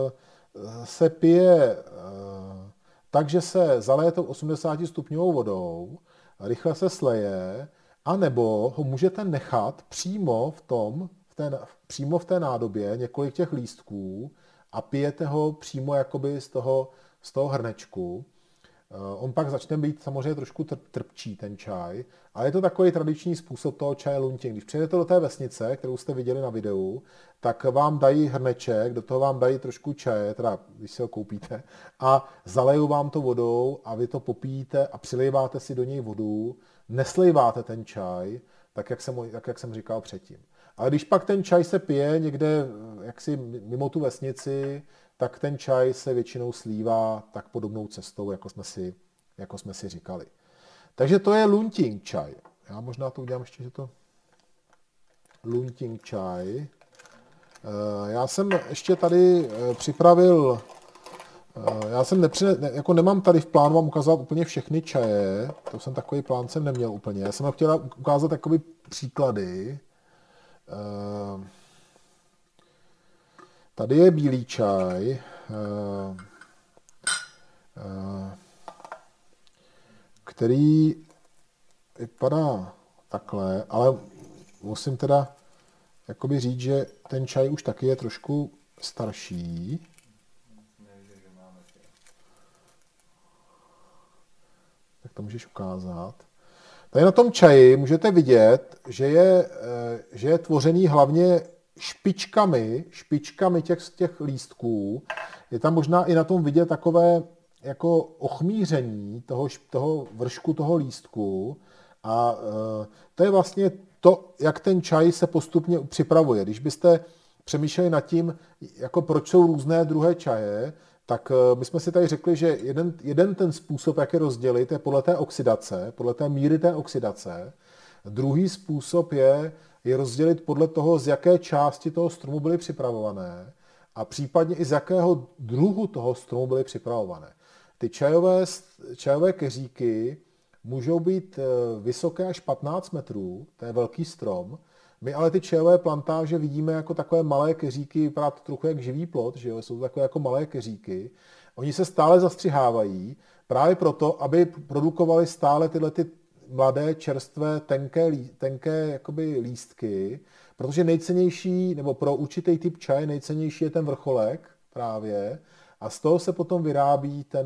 se pije tak, že se zaleje tou osmdesáti stupňovou vodou, rychle se sleje, anebo ho můžete nechat přímo v, tom, v té, přímo v té nádobě několik těch lístků a pijete ho přímo jakoby z toho, z toho hrnečku. On pak začne být samozřejmě trošku trpčí ten čaj, ale je to takový tradiční způsob toho čaje lunting. Když přijedete do té vesnice, kterou jste viděli na videu, tak vám dají hrneček, do toho vám dají trošku čaje, teda když si ho koupíte, a zalejou vám to vodou a vy to popíjíte a přiléváte si do něj vodu, neslejváte ten čaj, tak jak jsem, tak jak jsem říkal předtím. Ale když pak ten čaj se pije někde jaksi mimo tu vesnici, tak ten čaj se většinou slívá tak podobnou cestou, jako jsme si, jako jsme si říkali. Takže to je lunting čaj. Já možná to udělám ještě, že to... Lunting čaj. Já jsem ještě tady připravil... Já jsem nepřine, jako nemám tady v plánu vám ukázat úplně všechny čaje. To jsem takový plán jsem neměl úplně. Já jsem vám chtěl ukázat takové příklady. Tady je bílý čaj, který vypadá takhle, ale musím teda jakoby říct, že ten čaj už taky je trošku starší. Tak to můžeš ukázat. Tady na tom čaji můžete vidět, že je, že je tvořený hlavně špičkami, špičkami těch, těch lístků. Je tam možná i na tom vidět takové jako ochmíření toho, toho vršku toho lístku. A e, to je vlastně to, jak ten čaj se postupně připravuje. Když byste přemýšleli nad tím, jako proč jsou různé druhé čaje, tak my jsme si tady řekli, že jeden, jeden ten způsob, jak je rozdělit, je podle té oxidace, podle té míry té oxidace. Druhý způsob je, je rozdělit podle toho, z jaké části toho stromu byly připravované a případně i z jakého druhu toho stromu byly připravované. Ty čajové, čajové keříky můžou být vysoké až patnáct metrů, to je velký strom. My ale ty čajové plantáže vidíme jako takové malé keříky, vypadá to trochu jak živý plot, že jo? Jsou takové jako malé keříky. Oni se stále zastřihávají právě proto, aby produkovali stále tyhle ty mladé, čerstvé, tenké, tenké jakoby lístky, protože nejcennější, nebo pro určitý typ čaje nejcennější je ten vrcholek právě a z toho se potom vyrábí ten,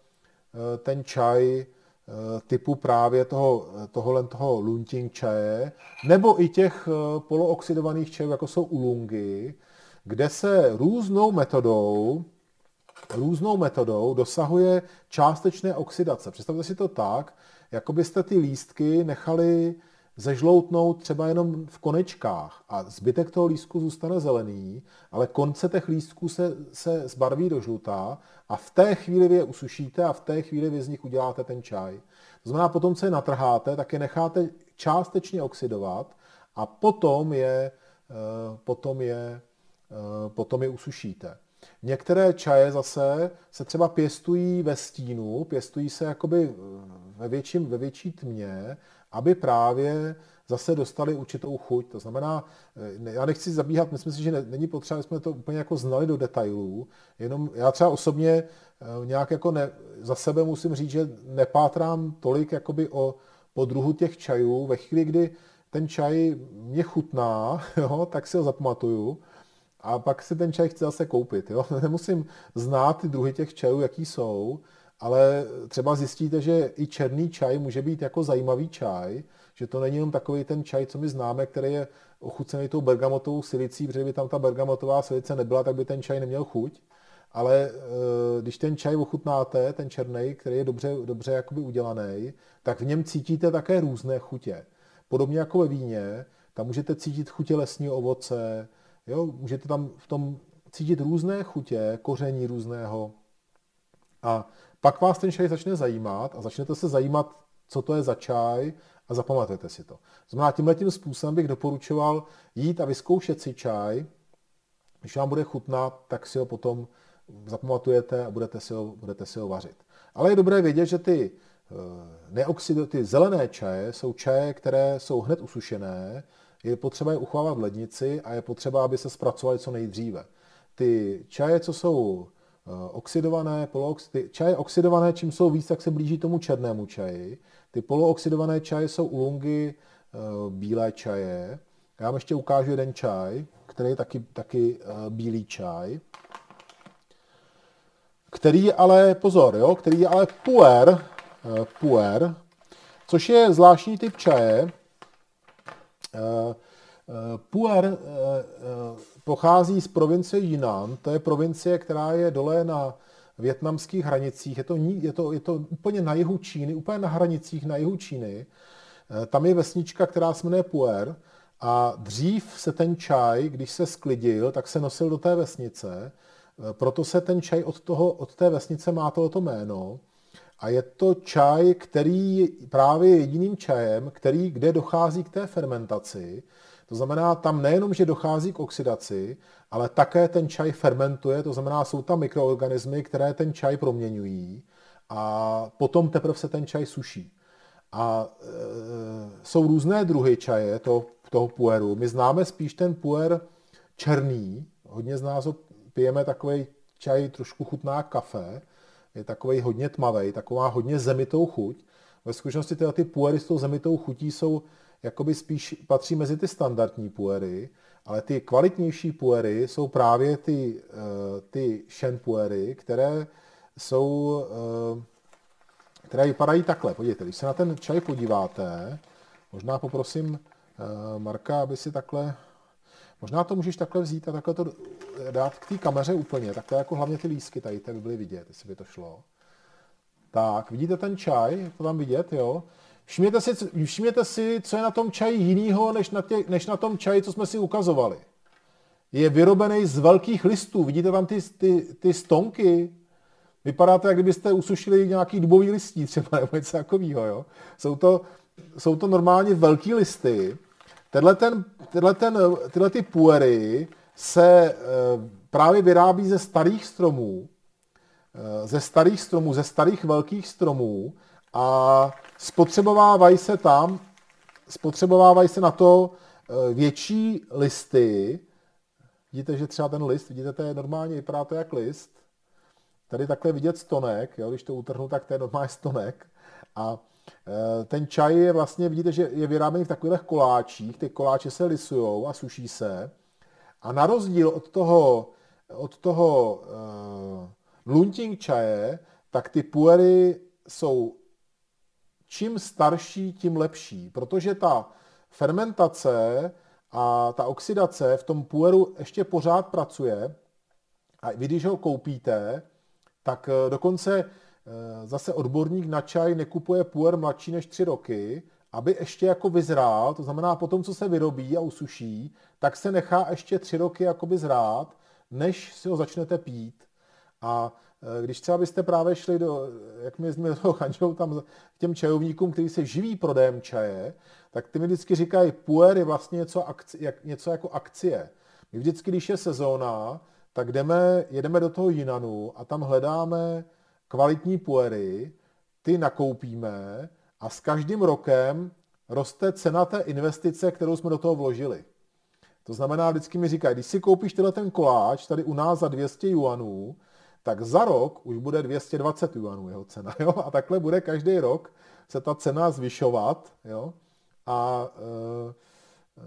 ten čaj typu právě toho, tohohle toho lunting čaje, nebo i těch polooxidovaných čajů, jako jsou ulungy, kde se různou metodou, různou metodou dosahuje částečné oxidace. Představte si to tak, jako byste ty lístky nechali zežloutnout třeba jenom v konečkách a zbytek toho lístku zůstane zelený, ale konce těch lístků se, se zbarví do žlutá a v té chvíli vy je usušíte a v té chvíli vy z nich uděláte ten čaj. To znamená, potom, co je natrháte, tak je necháte částečně oxidovat a potom je, potom je, potom je usušíte. Některé čaje zase se třeba pěstují ve stínu, pěstují se jakoby ve, větším, ve větší tmě, aby právě zase dostali určitou chuť. To znamená, já nechci zabíhat, myslím si, že není potřeba, jsme to úplně jako znali do detailů, jenom já třeba osobně nějak jako ne, za sebe musím říct, že nepátrám tolik jakoby o podruhu těch čajů. Ve chvíli, kdy ten čaj mě chutná, jo, tak si ho zapamatuju, a pak si ten čaj chci zase koupit. Jo? Nemusím znát ty druhy těch čajů, jaký jsou, ale třeba zjistíte, že i černý čaj může být jako zajímavý čaj, že to není jenom takový ten čaj, co my známe, který je ochucený tou bergamotovou silicí, protože by tam ta bergamotová silice nebyla, tak by ten čaj neměl chuť. Ale když ten čaj ochutnáte, ten černý, který je dobře, dobře jakoby udělaný, tak v něm cítíte také různé chutě. Podobně jako ve víně, tam můžete cítit chutě lesního ovoce, jo, můžete tam v tom cítit různé chutě, koření různého. A pak vás ten čaj začne zajímat a začnete se zajímat, co to je za čaj a zapamatujete si to. Znamená, tímhletím způsobem bych doporučoval jít a vyzkoušet si čaj. Když vám bude chutnat, tak si ho potom zapamatujete a budete si ho, budete si ho vařit. Ale je dobré vědět, že ty, neoxido, ty zelené čaje jsou čaje, které jsou hned usušené, je potřeba je uchovávat v lednici a je potřeba, aby se zpracovaly co nejdříve. Ty čaje, co jsou oxidované, polooxid... čaje oxidované, čím jsou víc, tak se blíží tomu černému čaji. Ty polooxidované čaje jsou ulungy, bílé čaje. Já vám ještě ukážu jeden čaj, který je taky, taky bílý čaj, který ale, pozor, jo, který je ale puer, puer, což je zvláštní typ čaje. Puer pochází z provincie Jinan, to je provincie, která je dole na vietnamských hranicích, je to, je to, je to úplně na jihu Číny, úplně na hranicích na jihu Číny. Tam je vesnička, která se jmenuje Puer a dřív se ten čaj, když se sklidil, tak se nosil do té vesnice, proto se ten čaj od, toho, od té vesnice má tohoto jméno. A je to čaj, který právě je jediným čajem, který, kde dochází k té fermentaci. To znamená, tam nejenom, že dochází k oxidaci, ale také ten čaj fermentuje, to znamená, jsou tam mikroorganismy, které ten čaj proměňují a potom teprve se ten čaj suší. A e, jsou různé druhy čaje, toho, toho pueru. My známe spíš ten puer černý, hodně z nás ho pijeme takový čaj, trošku chutná kafe, je takový hodně tmavý, taková hodně zemitou chuť. Ve skutečnosti tyhle ty puery s tou zemitou chutí jsou jakoby spíš patří mezi ty standardní puery, ale ty kvalitnější puery jsou právě ty, ty Shen puery, které jsou, které vypadají takhle. Podívejte, když se na ten čaj podíváte, možná poprosím Marka, aby si takhle, možná to můžeš takhle vzít a takhle to dát k té kameře úplně, takhle jako hlavně ty lístky tady, by byly vidět, jestli by to šlo. Tak, vidíte ten čaj, to tam vidět, jo? Všimněte si, všimněte si, co je na tom čaji jinýho, než na, tě, než na tom čaji, co jsme si ukazovali. Je vyrobený z velkých listů. Vidíte tam ty, ty, ty stonky? Vypadá to, jak kdybyste usušili nějaký dubový listí třeba, nebo něco takového. Jo? Jsou, to, jsou to normálně velký listy. Tenhle ten, tenhle ten, tyhle ty puery se e, právě vyrábí ze starých stromů, e, ze starých stromů, ze starých velkých stromů, a spotřebovávají se tam, spotřebovávají se na to větší listy. Vidíte, že třeba ten list, vidíte, to je normálně, vypadá to jak list. Tady takhle vidět stonek, jo, když to utrhnu, tak to je normálně stonek. A ten čaj je vlastně, vidíte, že je vyráběný v takových koláčích, ty koláče se lisujou a suší se. A na rozdíl od toho, od toho uh, lunting čaje, tak ty puery jsou čím starší, tím lepší, protože ta fermentace a ta oxidace v tom pueru ještě pořád pracuje a vy, když ho koupíte, tak dokonce zase odborník na čaj nekupuje puer mladší než tři roky, aby ještě jako vyzrál, to znamená potom, co se vyrobí a usuší, tak se nechá ještě tři roky jakoby zrát, než si ho začnete pít. A když třeba byste právě šli do, jak my jsme do toho Hanžou, tam k těm čajovníkům, kteří se živí prodejem čaje, tak ty mi vždycky říkají, puer je vlastně něco, akci, jak, něco jako akcie. My vždycky, když je sezóna, tak jdeme, jedeme do toho Jinanu a tam hledáme kvalitní puery, ty nakoupíme a s každým rokem roste cena té investice, kterou jsme do toho vložili. To znamená, vždycky mi říkají, když si koupíš tenhle ten koláč tady u nás za dvě stě juanů, tak za rok už bude dvě stě dvacet juanů jeho cena. Jo? A takhle bude každý rok se ta cena zvyšovat. Jo? A e, e,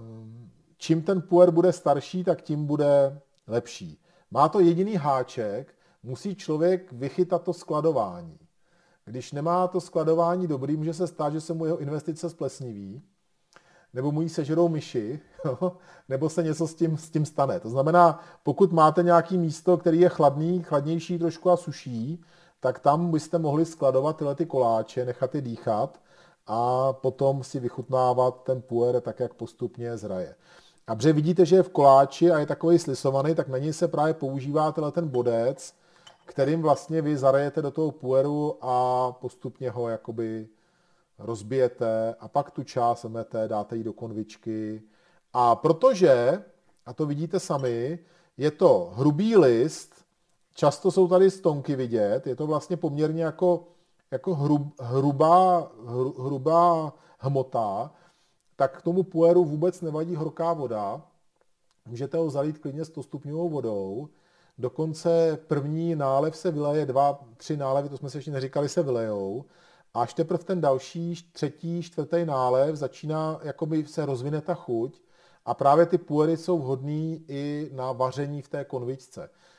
čím ten puer bude starší, tak tím bude lepší. Má to jediný háček, musí člověk vychytat to skladování. Když nemá to skladování dobrý, může se stát, že se mu jeho investice splesniví, nebo mu ji sežerou myši, nebo se něco s tím, s tím stane. To znamená, pokud máte nějaké místo, který je chladný, chladnější trošku a suší, tak tam byste mohli skladovat tyhle ty koláče, nechat je dýchat a potom si vychutnávat ten puer tak, jak postupně zraje. A protože vidíte, že je v koláči a je takový slisovaný, tak na něj se právě používá tenhle ten bodec, kterým vlastně vy zarejete do toho pueru a postupně ho jakoby rozbijete a pak tu část semete, dáte ji do konvičky. A protože, a to vidíte sami, je to hrubý list, často jsou tady stonky vidět, je to vlastně poměrně jako, jako hrub, hrubá, hru, hrubá hmota, tak k tomu pueru vůbec nevadí horká voda. Můžete ho zalít klidně sto stupňovou vodou. Dokonce první nálev se vyleje, dva, tři nálevy, to jsme si ještě neříkali, se vylejou. A až teprve ten další, třetí, čtvrtý nálev začíná, jakoby se rozvine ta chuť. A právě ty puery jsou vhodný i na vaření v té konvičce.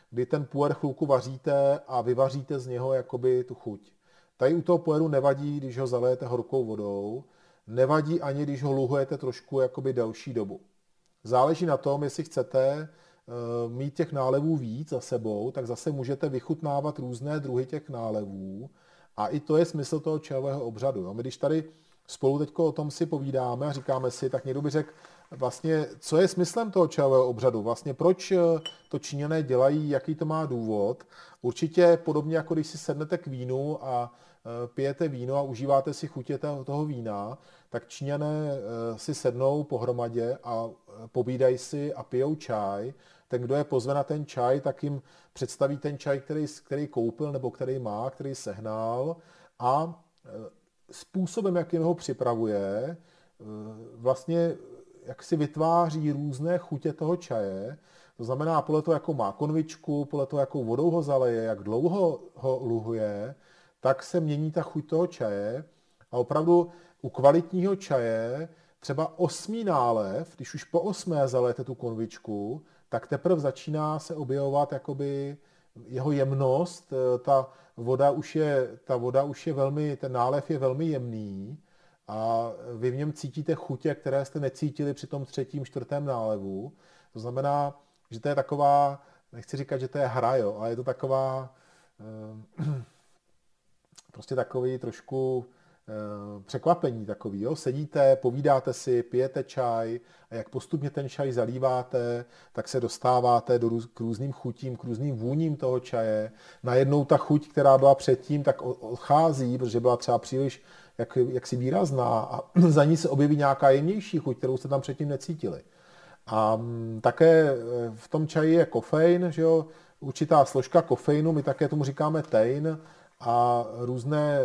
kdy ten puer chvilku vaříte a vyvaříte z něho jakoby tu chuť. Tady u toho pueru nevadí, když ho zalijete horkou vodou, nevadí ani, když ho luhujete trošku jakoby delší dobu. Záleží na tom, jestli chcete mít těch nálevů víc za sebou, tak zase můžete vychutnávat různé druhy těch nálevů a i to je smysl toho čajového obřadu. Jo. My když tady spolu teď o tom si povídáme a říkáme si, tak někdo by řekl, vlastně, co je smyslem toho čajového obřadu, vlastně proč to Číňané dělají, jaký to má důvod. Určitě podobně jako když si sednete k vínu a pijete víno a užíváte si chutě toho vína, tak Číňané si sednou pohromadě a povídají si a pijou čaj. Ten, kdo je pozve na ten čaj, tak jim představí ten čaj, který, který koupil nebo který má, který sehnal a způsobem, jakým ho připravuje, vlastně jak si vytváří různé chutě toho čaje. To znamená, podle toho, jakou má konvičku, podle toho, jakou vodou ho zaleje, jak dlouho ho luhuje, tak se mění ta chuť toho čaje. A opravdu u kvalitního čaje třeba osmý nálev, když už po osmé zalejete tu konvičku, tak teprve začíná se objevovat jakoby jeho jemnost. Ta voda už je, ta voda už je velmi, ten nálev je velmi jemný a vy v něm cítíte chutě, které jste necítili při tom třetím, čtvrtém nálevu. To znamená, že to je taková, nechci říkat, že to je hra, jo, ale je to taková, prostě takový trošku překvapení takový, jo. Sedíte, povídáte si, pijete čaj a jak postupně ten čaj zalíváte, tak se dostáváte do růz, k různým chutím, k různým vůním toho čaje. Najednou ta chuť, která byla předtím, tak odchází, protože byla třeba příliš jak, jaksi výrazná a za ní se objeví nějaká jemnější chuť, kterou jste tam předtím necítili. A také v tom čaji je kofein, že jo, určitá složka kofeinu, my také tomu říkáme tein a různé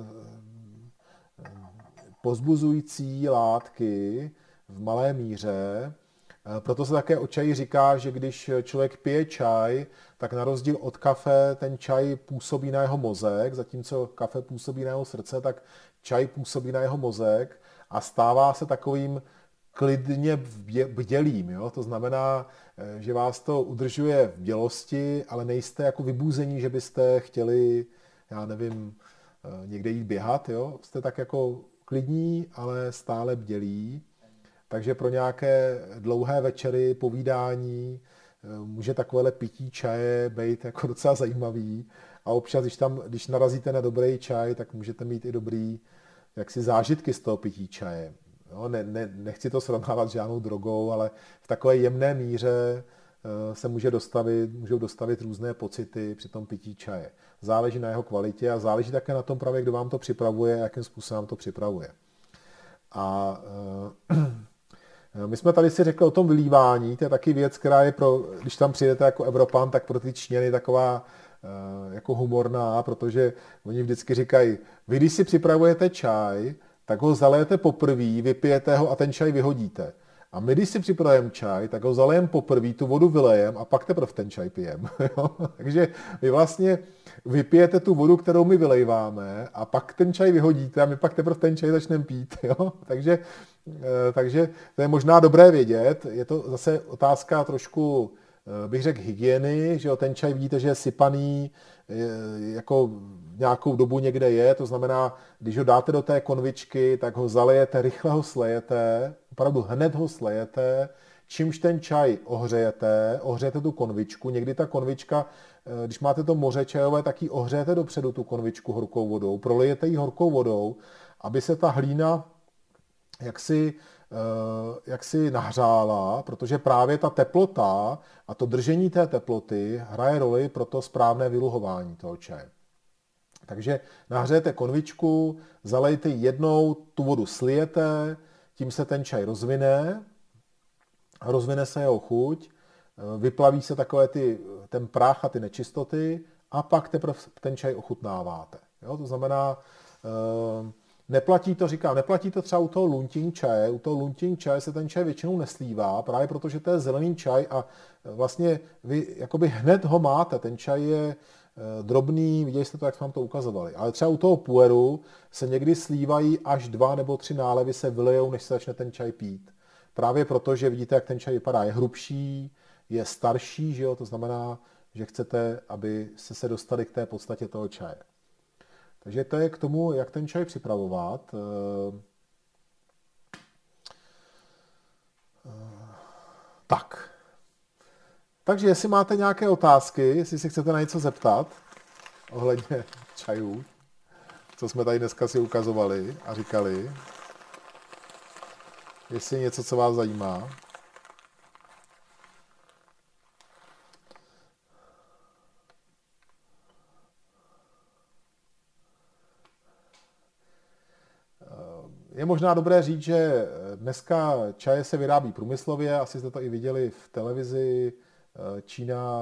pozbuzující látky v malé míře. Proto se také o čaji říká, že když člověk pije čaj, tak na rozdíl od kafe ten čaj působí na jeho mozek, zatímco kafe působí na jeho srdce, tak čaj působí na jeho mozek a stává se takovým klidně bdělým. Jo? To znamená, že vás to udržuje v bdělosti, ale nejste jako vybuzení, že byste chtěli, já nevím, někde jít běhat. Jo? Jste tak jako klidní, ale stále bdělí. Takže pro nějaké dlouhé večery, povídání, může takovéhle pití čaje být jako docela zajímavý. A občas, když, tam, když narazíte na dobrý čaj, tak můžete mít i dobrý jaksi zážitky z toho pití čaje. Jo, ne, ne, nechci to srovnávat s žádnou drogou, ale v takové jemné míře se může dostavit, můžou dostavit různé pocity při tom pití čaje. Záleží na jeho kvalitě a záleží také na tom právě, kdo vám to připravuje a jakým způsobem to připravuje. A uh, my jsme tady si řekli o tom vylívání, to je taky věc, která je pro, když tam přijdete jako Evropan, tak pro ty Číňany taková uh, jako humorná, protože oni vždycky říkají, vy když si připravujete čaj, tak ho zalejete poprvé, vypijete ho a ten čaj vyhodíte. A my, když si připravujeme čaj, tak ho zalejeme poprvé, tu vodu vylejem a pak teprve ten čaj pijem. Takže vy vlastně vypijete tu vodu, kterou my vylejváme a pak ten čaj vyhodíte a my pak teprve ten čaj začneme pít. Jo? Takže, takže to je možná dobré vědět. Je to zase otázka trošku, bych řekl, hygieny, že jo? Ten čaj vidíte, že je sypaný, jako nějakou dobu někde je, to znamená, když ho dáte do té konvičky, tak ho zalejete, rychle ho slejete, opravdu hned ho slejete, čímž ten čaj ohřejete, ohřejete tu konvičku, někdy ta konvička, když máte to moře čajové, tak ji ohřejete dopředu tu konvičku horkou vodou, prolijete ji horkou vodou, aby se ta hlína jaksi, jaksi nahřála, protože právě ta teplota a to držení té teploty hraje roli pro to správné vyluhování toho čaje. Takže nahřejete konvičku, zalejte ji jednou, tu vodu slijete, tím se ten čaj rozvine, rozvine se jeho chuť, vyplaví se takové ty, ten prach a ty nečistoty a pak teprve ten čaj ochutnáváte. Jo? To znamená, neplatí to, říkám, neplatí to třeba u toho lunting čaje. U toho lunting čaje se ten čaj většinou neslívá, právě protože to je zelený čaj a vlastně vy jakoby hned ho máte. Ten čaj je drobný, viděli jste to, jak jsme vám to ukazovali. Ale třeba u toho pueru se někdy slívají až dva nebo tři nálevy se vylejou, než se začne ten čaj pít. Právě proto, že vidíte, jak ten čaj vypadá. Je hrubší, je starší, že jo? To znamená, že chcete, aby se se dostali k té podstatě toho čaje. Takže to je k tomu, jak ten čaj připravovat. Tak. Takže jestli máte nějaké otázky, jestli si chcete na něco zeptat ohledně čajů, co jsme tady dneska si ukazovali a říkali, jestli je něco, co vás zajímá. Je možná dobré říct, že dneska čaje se vyrábí průmyslově, asi jste to i viděli v televizi. Čína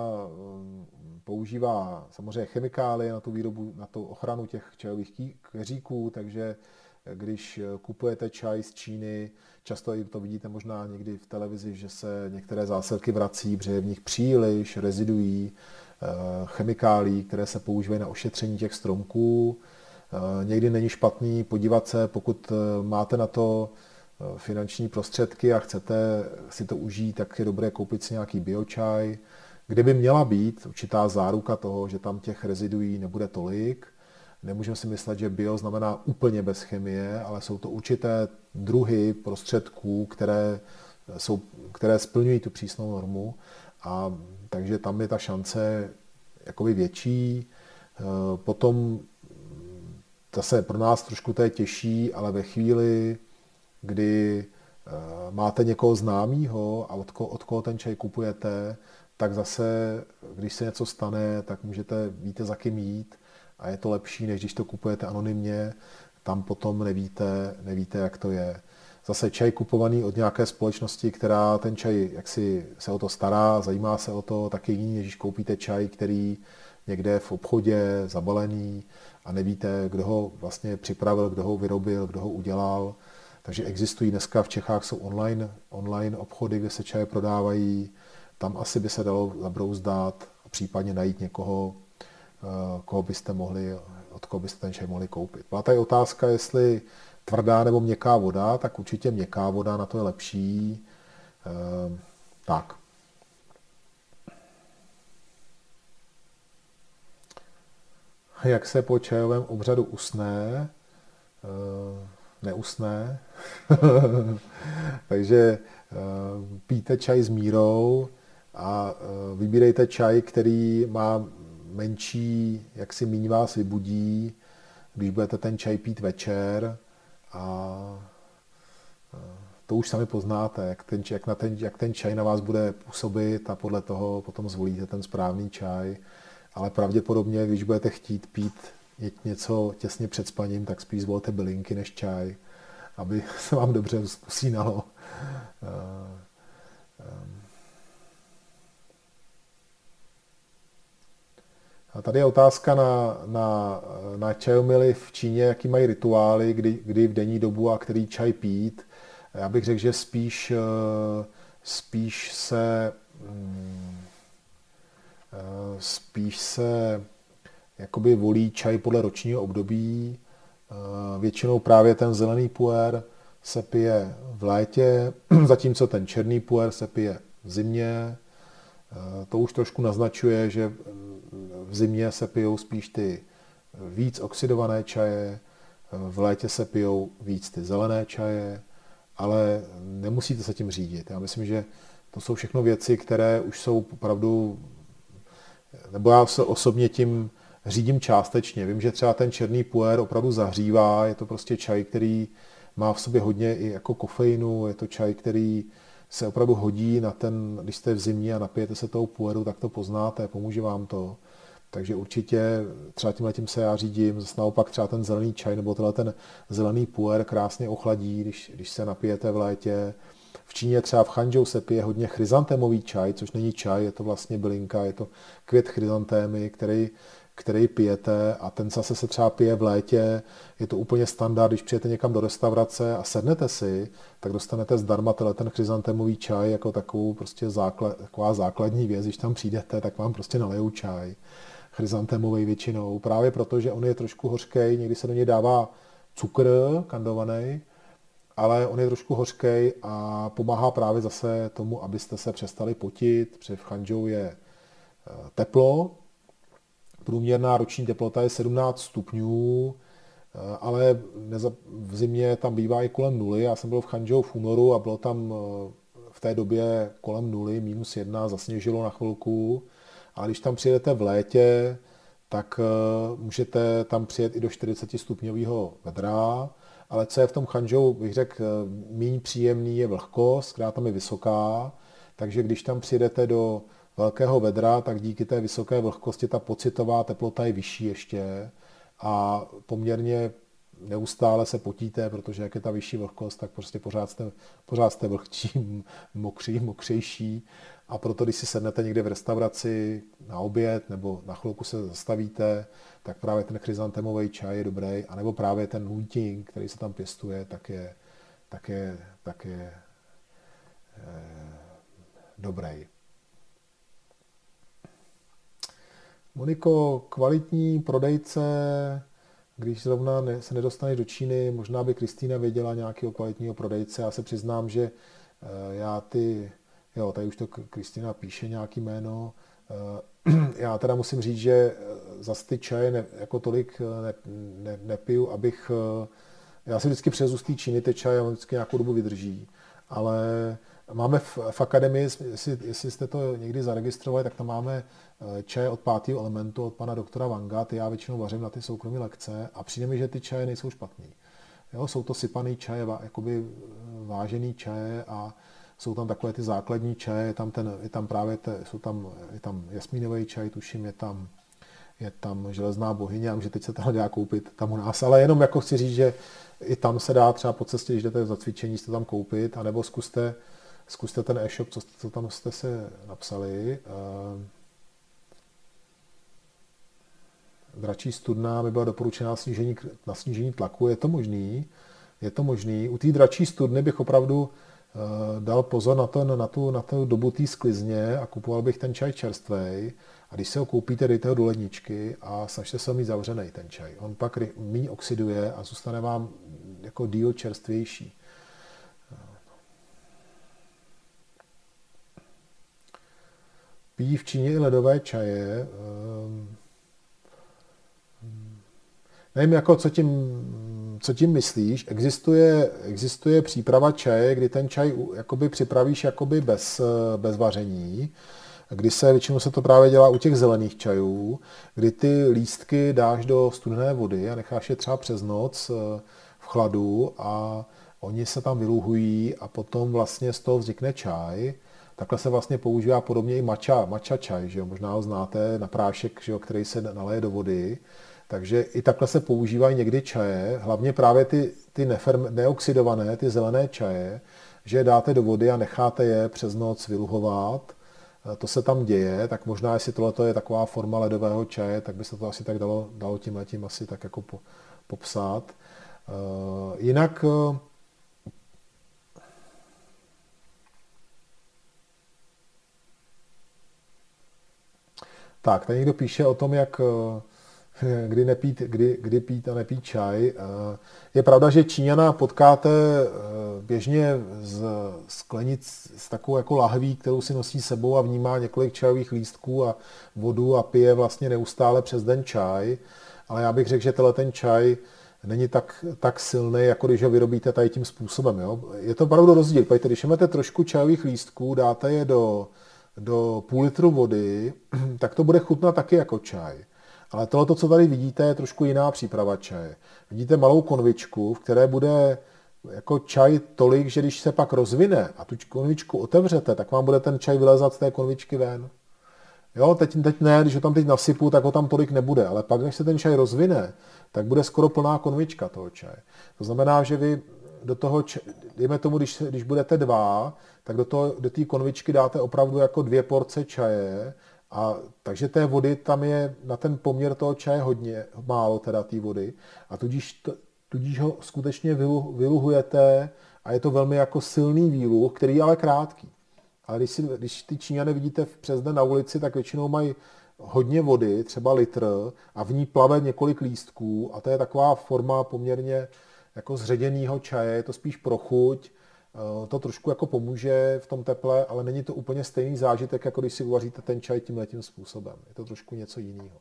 používá samozřejmě chemikálie na tu výrobu, na tu ochranu těch čajových keříků, takže když kupujete čaj z Číny, často i to vidíte možná někdy v televizi, že se některé zásilky vrací, protože je v nich příliš reziduí chemikálí, které se používají na ošetření těch stromků. Někdy není špatný podívat se, pokud máte na to finanční prostředky a chcete si to užít, tak je dobré koupit si nějaký biočaj, kde by měla být určitá záruka toho, že tam těch reziduí nebude tolik. Nemůžeme si myslet, že bio znamená úplně bez chemie, ale jsou to určité druhy prostředků, které, jsou, které splňují tu přísnou normu, a takže tam je ta šance jakoby větší. Potom zase pro nás trošku to je těžší, ale ve chvíli, kdy máte někoho známého a od koho, od koho ten čaj kupujete, tak zase, když se něco stane, tak můžete, víte, za kým jít, a je to lepší, než když to kupujete anonymně, tam potom nevíte, nevíte, jak to je. Zase čaj kupovaný od nějaké společnosti, která ten čaj jaksi se o to stará, zajímá se o to, tak je jiný, než když koupíte čaj, který někde v obchodě zabalený a nevíte, kdo ho vlastně připravil, kdo ho vyrobil, kdo ho udělal. Takže existují dneska v Čechách jsou online, online obchody, kde se čaje prodávají. Tam asi by se dalo zabrouzdat a případně najít někoho, koho byste mohli, od koho byste ten čaj mohli koupit. Byla tady otázka, jestli tvrdá nebo měkká voda, tak určitě měkká voda, na to je lepší. Ehm, tak. Jak se po čajovém obřadu usne? Ehm, neusne. Takže ehm, pijte čaj s mírou a ehm, vybírejte čaj, který má menší, jak si míň vás vybudí, když budete ten čaj pít večer, a to už sami poznáte, jak ten, jak, na ten, jak ten čaj na vás bude působit, a podle toho potom zvolíte ten správný čaj. Ale pravděpodobně, když budete chtít pít něco těsně před spaním, tak spíš zvolte bylinky než čaj, aby se vám dobře usínalo. A tady je otázka na, na, na čajomily v Číně, jaký mají rituály, kdy, kdy v denní dobu a který čaj pít. Já bych řekl, že spíš, spíš se spíš se jakoby volí čaj podle ročního období. Většinou právě ten zelený puer se pije v létě, zatímco ten černý puer se pije v zimě. To už trošku naznačuje, že v zimě se pijou spíš ty víc oxidované čaje, v létě se pijou víc ty zelené čaje, ale nemusíte se tím řídit. Já myslím, že to jsou všechno věci, které už jsou opravdu, nebo já se osobně tím řídím částečně. Vím, že třeba ten černý puer opravdu zahřívá, je to prostě čaj, který má v sobě hodně i jako kofeinu, je to čaj, který se opravdu hodí na ten, když jste v zimě a napijete se toho pueru, tak to poznáte, pomůže vám to. Takže určitě třeba tímhletím se já řídím, zase naopak třeba ten zelený čaj nebo tenhle ten zelený puer krásně ochladí, když, když se napijete v létě. V Číně třeba v Changzhou se pije hodně chryzantémový čaj, což není čaj, je to vlastně bylinka, je to květ chryzantémy, který, který pijete, a ten zase se třeba pije v létě. Je to úplně standard, když přijete někam do restaurace a sednete si, tak dostanete zdarma ten chryzantémový čaj jako takovou prostě základ, taková základní věc. Když tam přijdete, tak vám prostě nalejou čaj. Chryzantémový většinou, právě proto, že on je trošku hořký, někdy se do něj dává cukr kandovaný, ale on je trošku hořký a pomáhá právě zase tomu, abyste se přestali potit, protože v Changzhou je teplo. Průměrná roční teplota je sedmnáct stupňů, ale v zimě tam bývá i kolem nuly. Já jsem byl v Changžou v únoru a bylo tam v té době kolem nuly, minus jedna, zasněžilo na chvilku. A když tam přijedete v létě, tak můžete tam přijet i do čtyřicet stupňového vedra. Ale co je v tom Changžou, bych řekl, míň příjemný, je vlhkost, která tam je vysoká. Takže když tam přijedete do velkého vedra, tak díky té vysoké vlhkosti ta pocitová teplota je vyšší ještě a poměrně neustále se potíte, protože jak je ta vyšší vlhkost, tak prostě pořád jste, pořád jste vlhčí, mokří, mokřejší. A proto, když si sednete někde v restauraci na oběd nebo na chvilku se zastavíte, tak právě ten chryzantemový čaj je dobrý, anebo právě ten Nutting, který se tam pěstuje, tak je, tak je, tak je eh, dobrý. Moniko, kvalitní prodejce, když zrovna ne, se nedostaneš do Číny, možná by Kristýna věděla nějakého kvalitního prodejce. Já se přiznám, že uh, já ty, jo, tady už to Kristýna píše nějaký jméno. Uh, já teda musím říct, že zas ty čaje ne, jako tolik ne, ne, nepiju, abych, uh, já si vždycky přezu z té Číny ty čaje, on vždycky nějakou dobu vydrží, ale máme v, v akademii, jestli, jestli jste to někdy zaregistrovali, tak tam máme čaje od pátého elementu, od pana doktora Wanga, ty já většinou vařím na ty soukromé lekce a přijde mi, že ty čaje nejsou špatný. Jo, jsou to sypaný čaje, jakoby vážený čaje a jsou tam takové ty základní čaje, je tam, ten, je tam právě te, jsou tam, je tam jasmínový čaj, tuším, je tam, je tam železná bohyně, já vím, že teď se to dá koupit tam u nás, ale jenom jako chci říct, že i tam se dá třeba po cestě, když jdete za cvičení, jste tam koupit, anebo zkuste, zkuste ten e-shop, co, co tam jste se napsali. Dračí studna by byla doporučená na snížení, na snížení tlaku. Je to možný? Je to možný. U té dračí studny bych opravdu uh, dal pozor na, to, na, tu, na tu dobu té sklizně a kupoval bych ten čaj čerstvej. A když se ho koupíte, dejte ho do ledničky a snažte se ho mít zavřený ten čaj. On pak méně oxiduje a zůstane vám jako díl čerstvější. Pijí v Číně i ledové čaje. Nevím, jako, co, tím, co tím myslíš. Existuje, existuje příprava čaje, kdy ten čaj jakoby připravíš jakoby bez, bez vaření, kdy se, většinou se to právě dělá u těch zelených čajů, kdy ty lístky dáš do studené vody a necháš je třeba přes noc v chladu a oni se tam vyluhují a potom vlastně z toho vznikne čaj. Takhle se vlastně používá podobně i matcha, matcha čaj, že jo? Možná ho znáte na prášek, že jo? Který se naleje do vody. Takže i takhle se používají někdy čaje, hlavně právě ty, ty neferm, neoxidované, ty zelené čaje, že je dáte do vody a necháte je přes noc vyluhovat. To se tam děje, tak možná, jestli tohle je taková forma ledového čaje, tak by se to asi tak dalo, dalo tímhletím asi tak jako po, popsat. Uh, jinak uh, tak, tady někdo píše o tom, jak kdy, nepít, kdy, kdy pít a nepít čaj. Je pravda, že Číňana potkáte běžně z sklenic s takovou jako lahví, kterou si nosí sebou a vnímá několik čajových lístků a vodu a pije vlastně neustále přes den čaj. Ale já bych řekl, že tenhle ten čaj není tak, tak silný, jako když ho vyrobíte tady tím způsobem. Jo? Je to opravdu rozdíl. Pojďte, když máte trošku čajových lístků, dáte je do, do půl litru vody, tak to bude chutnat taky jako čaj. Ale tohle, co tady vidíte, je trošku jiná příprava čaje. Vidíte malou konvičku, v které bude jako čaj tolik, že když se pak rozvine a tu konvičku otevřete, tak vám bude ten čaj vylezat z té konvičky ven. Jo, teď, teď ne, když ho tam teď nasypu, tak ho tam tolik nebude, ale pak, když se ten čaj rozvine, tak bude skoro plná konvička toho čaje. To znamená, že vy do toho, dejme tomu, když, když budete dva, tak do toho, do té konvičky dáte opravdu jako dvě porce čaje. A takže té vody tam je na ten poměr toho čaje hodně, málo teda té vody. A tudíž, tudíž ho skutečně vyluhujete a je to velmi jako silný výluh, který je ale krátký. Ale když, si, když ty Číňany vidíte přes den na ulici, tak většinou mají hodně vody, třeba litr, a v ní plave několik lístků. A to je taková forma poměrně jako zředěného čaje, je to spíš pro chuť. to trošku jako pomůže v tom teple, ale není to úplně stejný zážitek, jako když si uvaříte ten čaj tímhletím způsobem. Je to trošku něco jiného.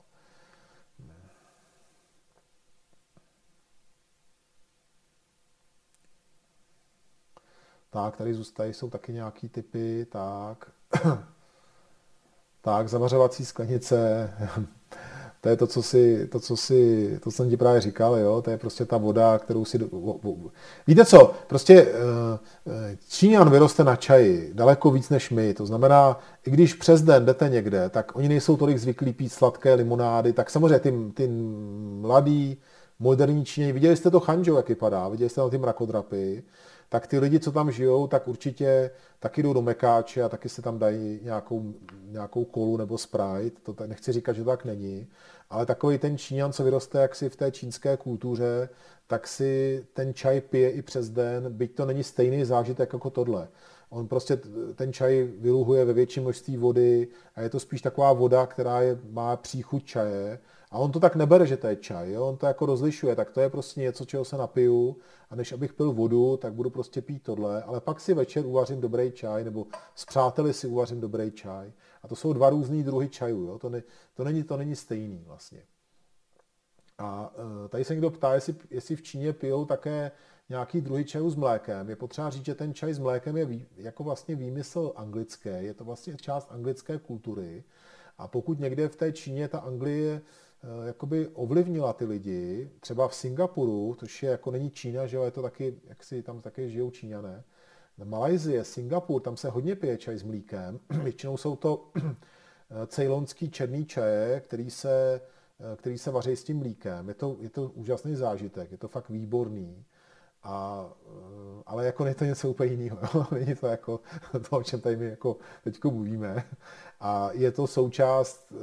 Tak, tady zůstají, jsou taky nějaký typy, tak. Tak, zavařovací sklenice, to je to, co si, to, co si, to jsem ti právě říkal, jo, to je prostě ta voda, kterou si... Víte co, prostě Číňan vyroste na čaji daleko víc než my, to znamená, i když přes den jdete někde, tak oni nejsou tolik zvyklí pít sladké limonády, tak samozřejmě ty, ty mladý, moderní Číňani, viděli jste to Changzhou, jak vypadá, viděli jste tam ty mrakodrapy, tak ty lidi, co tam žijou, tak určitě taky jdou do Mekáče a taky se tam dají nějakou, nějakou kolu nebo Sprite. To tak, nechci říkat, že to tak není, ale takový ten Číňan, co vyroste jaksi v té čínské kultuře, tak si ten čaj pije i přes den, byť to není stejný zážitek jako tohle. On prostě ten čaj vyluhuje ve větším množství vody a je to spíš taková voda, která je, má příchuť čaje. A on to tak nebere, že to je čaj, jo? On to jako rozlišuje, tak to je prostě něco, čeho se napiju a než abych pil vodu, tak budu prostě pít tohle, ale pak si večer uvařím dobrý čaj, nebo s přáteli si uvařím dobrý čaj. A to jsou dva různý druhy čajů, jo? To, ne, to, není, to není stejný vlastně. A tady se někdo ptá, jestli, jestli v Číně pijou také nějaký druhý čajů s mlékem. Je potřeba říct, že ten čaj s mlékem je vý, jako vlastně výmysl anglický, je to vlastně část anglické kultury. A pokud někde v té Číně ta Anglie jakoby ovlivnila ty lidi, třeba v Singapuru, což je jako není Čína, že jo, je to taky, jak si tam také žijou Číňané. Malajzie, Singapur, tam se hodně pije čaj s mlíkem. Většinou jsou to ceylonský černý čaje, který se, který se vaří s tím mlíkem. Je to, je to úžasný zážitek, je to fakt výborný. A, ale jako je to něco úplně jiného. Není to jako to, o čem tady my jako teďko mluvíme. A je to součást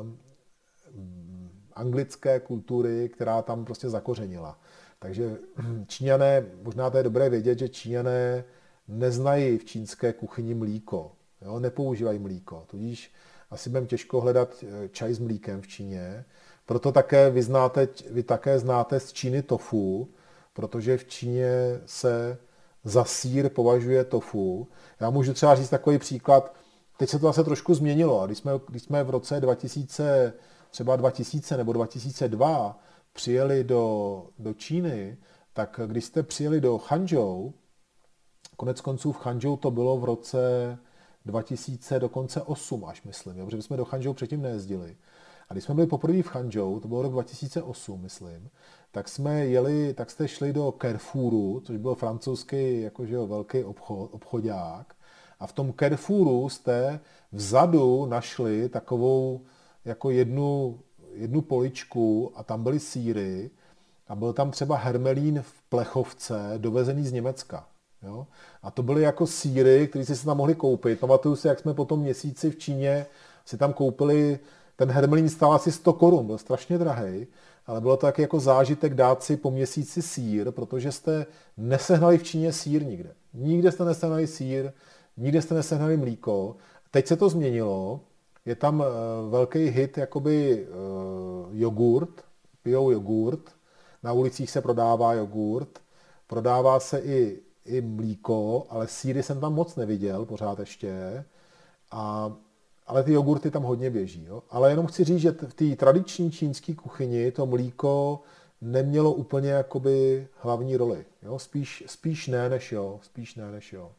anglické kultury, která tam prostě zakořenila. Takže Číňané, možná to je dobré vědět, že Číňané neznají v čínské kuchyni mlíko, jo? Nepoužívají mlíko, tudíž asi budeme těžko hledat čaj s mlíkem v Číně. Proto také vy, znáte, vy také znáte z Číny tofu, protože v Číně se za sýr považuje tofu. Já můžu třeba říct takový příklad, teď se to zase trošku změnilo, a když jsme, když jsme v roce dva tisíce, třeba dva tisíce nebo dva tisíce dva přijeli do, do Číny, tak když jste přijeli do Changzhou, konec konců v Changzhou to bylo v roce dva tisíce dokonce osm až myslím, jo, protože jsme do Changzhou předtím nejezdili. A když jsme byli poprvé v Changzhou, to bylo rok dva tisíce osm, myslím, tak jsme jeli, tak jste šli do Carrefouru, což byl francouzský jakože jo, velký obchod, obchodák. A v tom Carrefouru jste vzadu našli takovou jako jednu, jednu poličku a tam byly sýry a byl tam třeba hermelín v plechovce dovezený z Německa. Jo? A to byly jako sýry, které si tam mohli koupit. Pamatuju si, jak jsme po tom měsíci v Číně si tam koupili, ten hermelín stál asi sto korun, byl strašně drahej, ale bylo to taky jako zážitek dát si po měsíci sýr, protože jste nesehnali v Číně sýr nikde. Nikde jste nesehnali sýr, nikde jste nesehnali mlíko. Teď se to změnilo, je tam velký hit jakoby uh, jogurt, pijou jogurt, na ulicích se prodává jogurt, prodává se i, i mlíko, ale sýry jsem tam moc neviděl pořád ještě, a, ale ty jogurty tam hodně běží. Jo? Ale jenom chci říct, že v té tradiční čínské kuchyni to mlíko nemělo úplně jakoby hlavní roli. Jo? Spíš, spíš ne než jo, spíš ne než jo.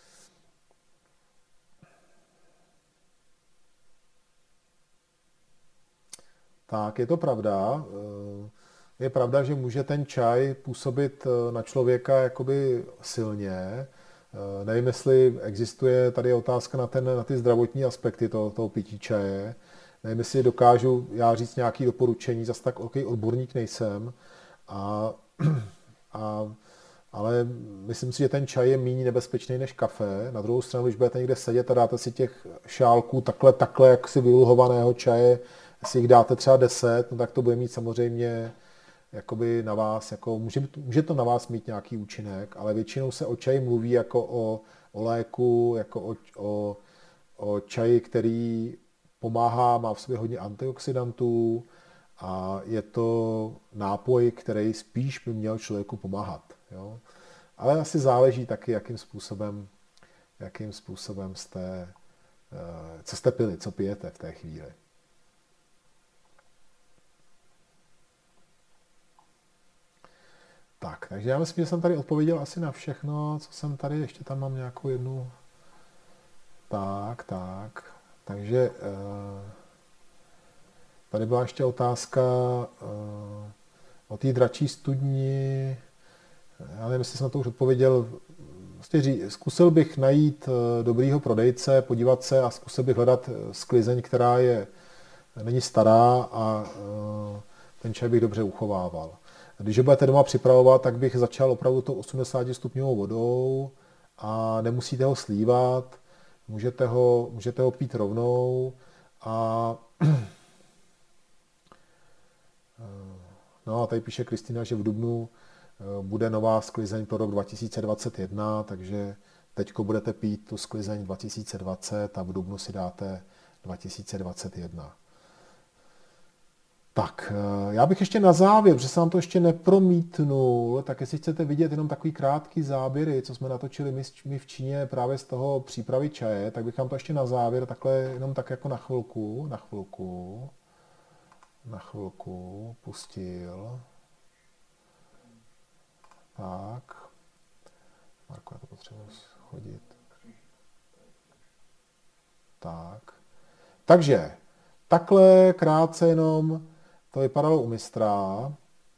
Tak, je to pravda. Je pravda, že může ten čaj působit na člověka jakoby silně. Nevím, jestli existuje tady otázka na, ten, na ty zdravotní aspekty toho, toho pití čaje. Nevím, jestli dokážu já říct nějaké doporučení, zase tak okay, odborník nejsem. A, a, ale myslím si, že ten čaj je méně nebezpečný než kafe. Na druhou stranu, když budete někde sedět a dáte si těch šálků takhle, takhle jak si vyluhovaného čaje, jestli jich dáte třeba deset, no tak to bude mít samozřejmě jakoby na vás, jako může, může to na vás mít nějaký účinek, ale většinou se o čaji mluví jako o, o léku, jako o, o, o čaji, který pomáhá, má v sobě hodně antioxidantů a je to nápoj, který spíš by měl člověku pomáhat. Jo? Ale asi záleží taky, jakým způsobem, jakým způsobem jste, co jste pili, co pijete v té chvíli. Tak, takže já myslím, že jsem tady odpověděl asi na všechno, co jsem tady, ještě tam mám nějakou jednu. Tak, tak, takže tady byla ještě otázka o té dračí studni. Já nevím, jestli jsem na to už odpověděl. Vlastně zkusil bych najít dobrýho prodejce, podívat se a zkusil bych hledat sklizeň, která je, není stará a ten čaj bych dobře uchovával. Když ho budete doma připravovat, tak bych začal opravdu tou osmdesát stupňovou vodou a nemusíte ho slívat, můžete ho, můžete ho pít rovnou a no a tady píše Kristýna, že v dubnu bude nová sklizeň pro rok dva tisíce dvacet jedna, takže teďko budete pít tu sklizeň dva tisíce dvacet a v dubnu si dáte dva tisíce dvacet jedna. Tak, já bych ještě na závěr, protože jsem vám to ještě nepromítnul, tak jestli chcete vidět jenom takový krátký záběry, co jsme natočili my, my v Číně právě z toho přípravy čaje, tak bych vám to ještě na závěr takhle jenom tak jako na chvilku, na chvilku, na chvilku pustil. Tak. Marko, já to potřebuji schodit. Tak. Takže, takhle krátce jenom to vypadalo u mistra.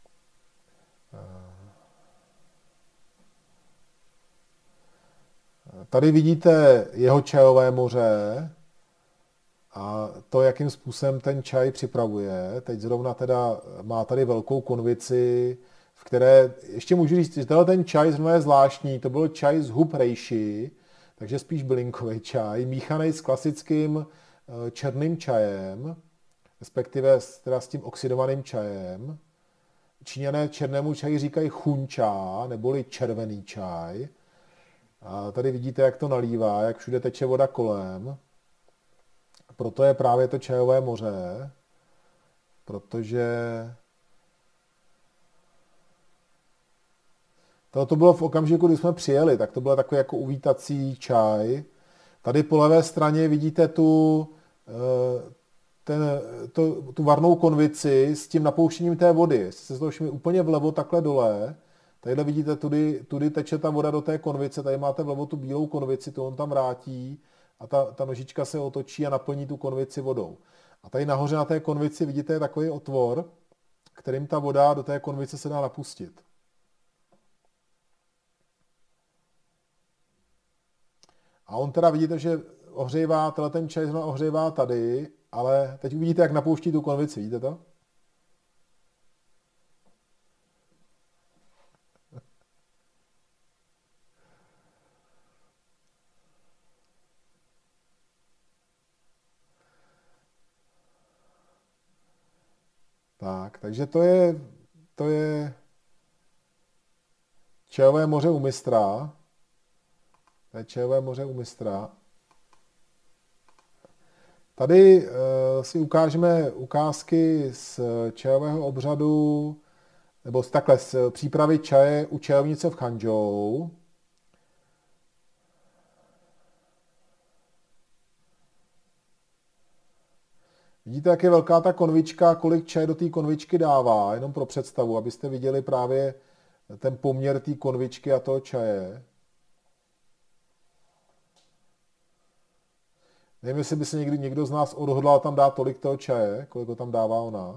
Tady vidíte jeho čajové moře a to, jakým způsobem ten čaj připravuje. Teď zrovna teda má tady velkou konvici, v které, ještě můžu říct, že ten čaj zrovna je zvláštní, to byl čaj z Hub Reishi, takže spíš bylinkový čaj, míchaný s klasickým černým čajem, respektive teda s tím oxidovaným čajem. Číňané černému čaji říkají chunča, neboli červený čaj. A tady vidíte, jak to nalívá, jak všude teče voda kolem. Proto je právě to čajové moře, protože to, to bylo v okamžiku, kdy jsme přijeli, tak to byl takový jako uvítací čaj. Tady po levé straně vidíte tu, ten, to, tu varnou konvici s tím napouštěním té vody. Jestli se to všimli úplně vlevo takhle dole, tadyhle vidíte, tudy, tudy teče ta voda do té konvice, tady máte vlevo tu bílou konvici, tu on tam vrátí a ta, ta nožička se otočí a naplní tu konvici vodou. A tady nahoře na té konvici vidíte takový otvor, kterým ta voda do té konvice se dá napustit. A on teda vidíte, že ohřejvá, tenhle ten čaj zrovna ohřejvá tady, ale teď uvidíte, jak napouští tu konvici, vidíte to? Tak, takže to je, to je čajové moře u mistra. To je čajové moře u mistra. Tady uh, si ukážeme ukázky z čajového obřadu, nebo z, takhle, z přípravy čaje u čajovnice v Changzhou. Vidíte, jak je velká ta konvička, kolik čaje do té konvičky dává, jenom pro představu, abyste viděli právě ten poměr té konvičky a toho čaje. Nevím, jestli by se někdy někdo z nás odhodlal tam dát tolik toho čaje, kolik ho tam dává ona.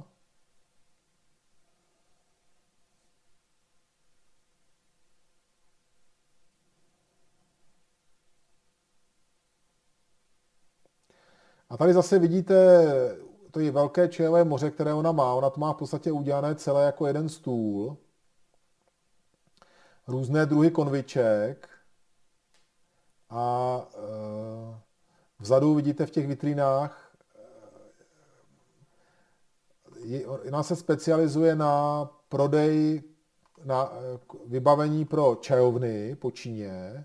A tady zase vidíte to je velké čajové moře, které ona má. Ona to má v podstatě udělané celé jako jeden stůl. Různé druhy konviček. A e, vzadu vidíte v těch vitrínách, ona se specializuje na prodej, na vybavení pro čajovny po Číně.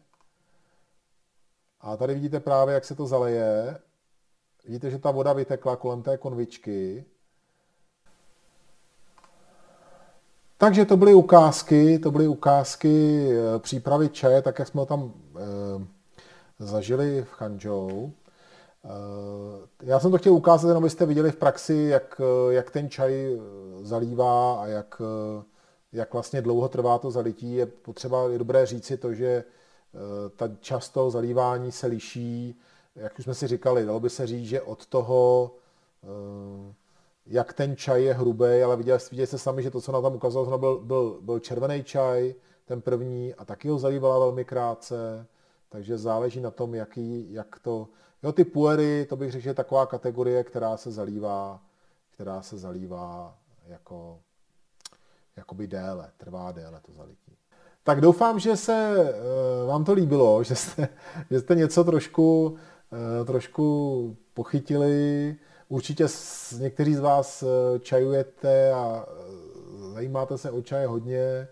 A tady vidíte právě, jak se to zaleje. Vidíte, že ta voda vytekla kolem té konvičky. Takže to byly ukázky, to byly ukázky přípravy čaje, tak jak jsme ho tam e, zažili v Changzhou. E, já jsem to chtěl ukázat, jenom abyste viděli v praxi, jak, jak ten čaj zalívá a jak, jak vlastně dlouho trvá to zalití. Je potřeba, je dobré říci to, že e, ta čas toho zalívání se liší, jak už jsme si říkali, dalo by se říct, že od toho, e, jak ten čaj je hrubý, ale viděli, viděli jste sami, že to, co nám tam ukázalo, byl, byl, byl červený čaj, ten první, a taky ho zalívala velmi krátce, takže záleží na tom, jaký, jak to... Jo, ty puery, to bych řekl, že je taková kategorie, která se zalívá, která se zalívá jako, jakoby déle, trvá déle to zalití. Tak doufám, že se uh, vám to líbilo, že jste, že jste něco trošku, uh, trošku pochytili. Určitě někteří z vás čajujete a zajímáte se o čaje hodně.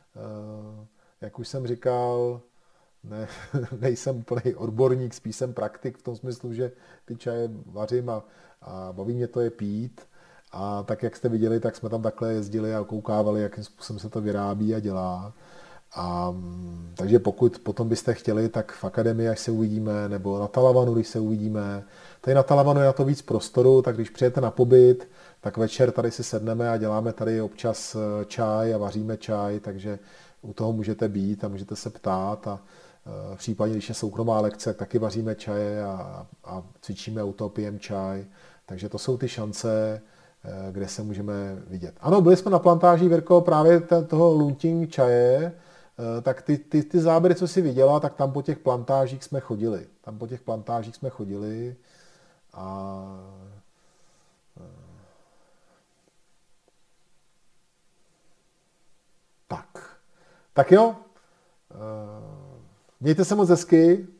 Jak už jsem říkal, ne, nejsem úplný odborník, spíš jsem praktik v tom smyslu, že ty čaje vařím a, a baví mě to je pít. A tak, jak jste viděli, tak jsme tam takhle jezdili a koukávali, jakým způsobem se to vyrábí a dělá. A, takže pokud potom byste chtěli, tak v akademii, až se uvidíme, nebo na Talavanu, když se uvidíme. Tady na Talavanu je na to víc prostoru, tak když přijete na pobyt, tak večer tady si sedneme a děláme tady občas čaj a vaříme čaj, takže u toho můžete být a můžete se ptát a v případě, když je soukromá lekce, tak taky vaříme čaje a, a cvičíme u toho, pijeme čaj. Takže to jsou ty šance, kde se můžeme vidět. Ano, byli jsme na plantáži, Věrko, právě toho Lunting čaje, tak ty, ty, ty záběry, co jsi viděla, tak tam po těch plantážích jsme chodili. Tam po těch plantážích jsme chodili a tak. Tak jo, mějte se moc hezky.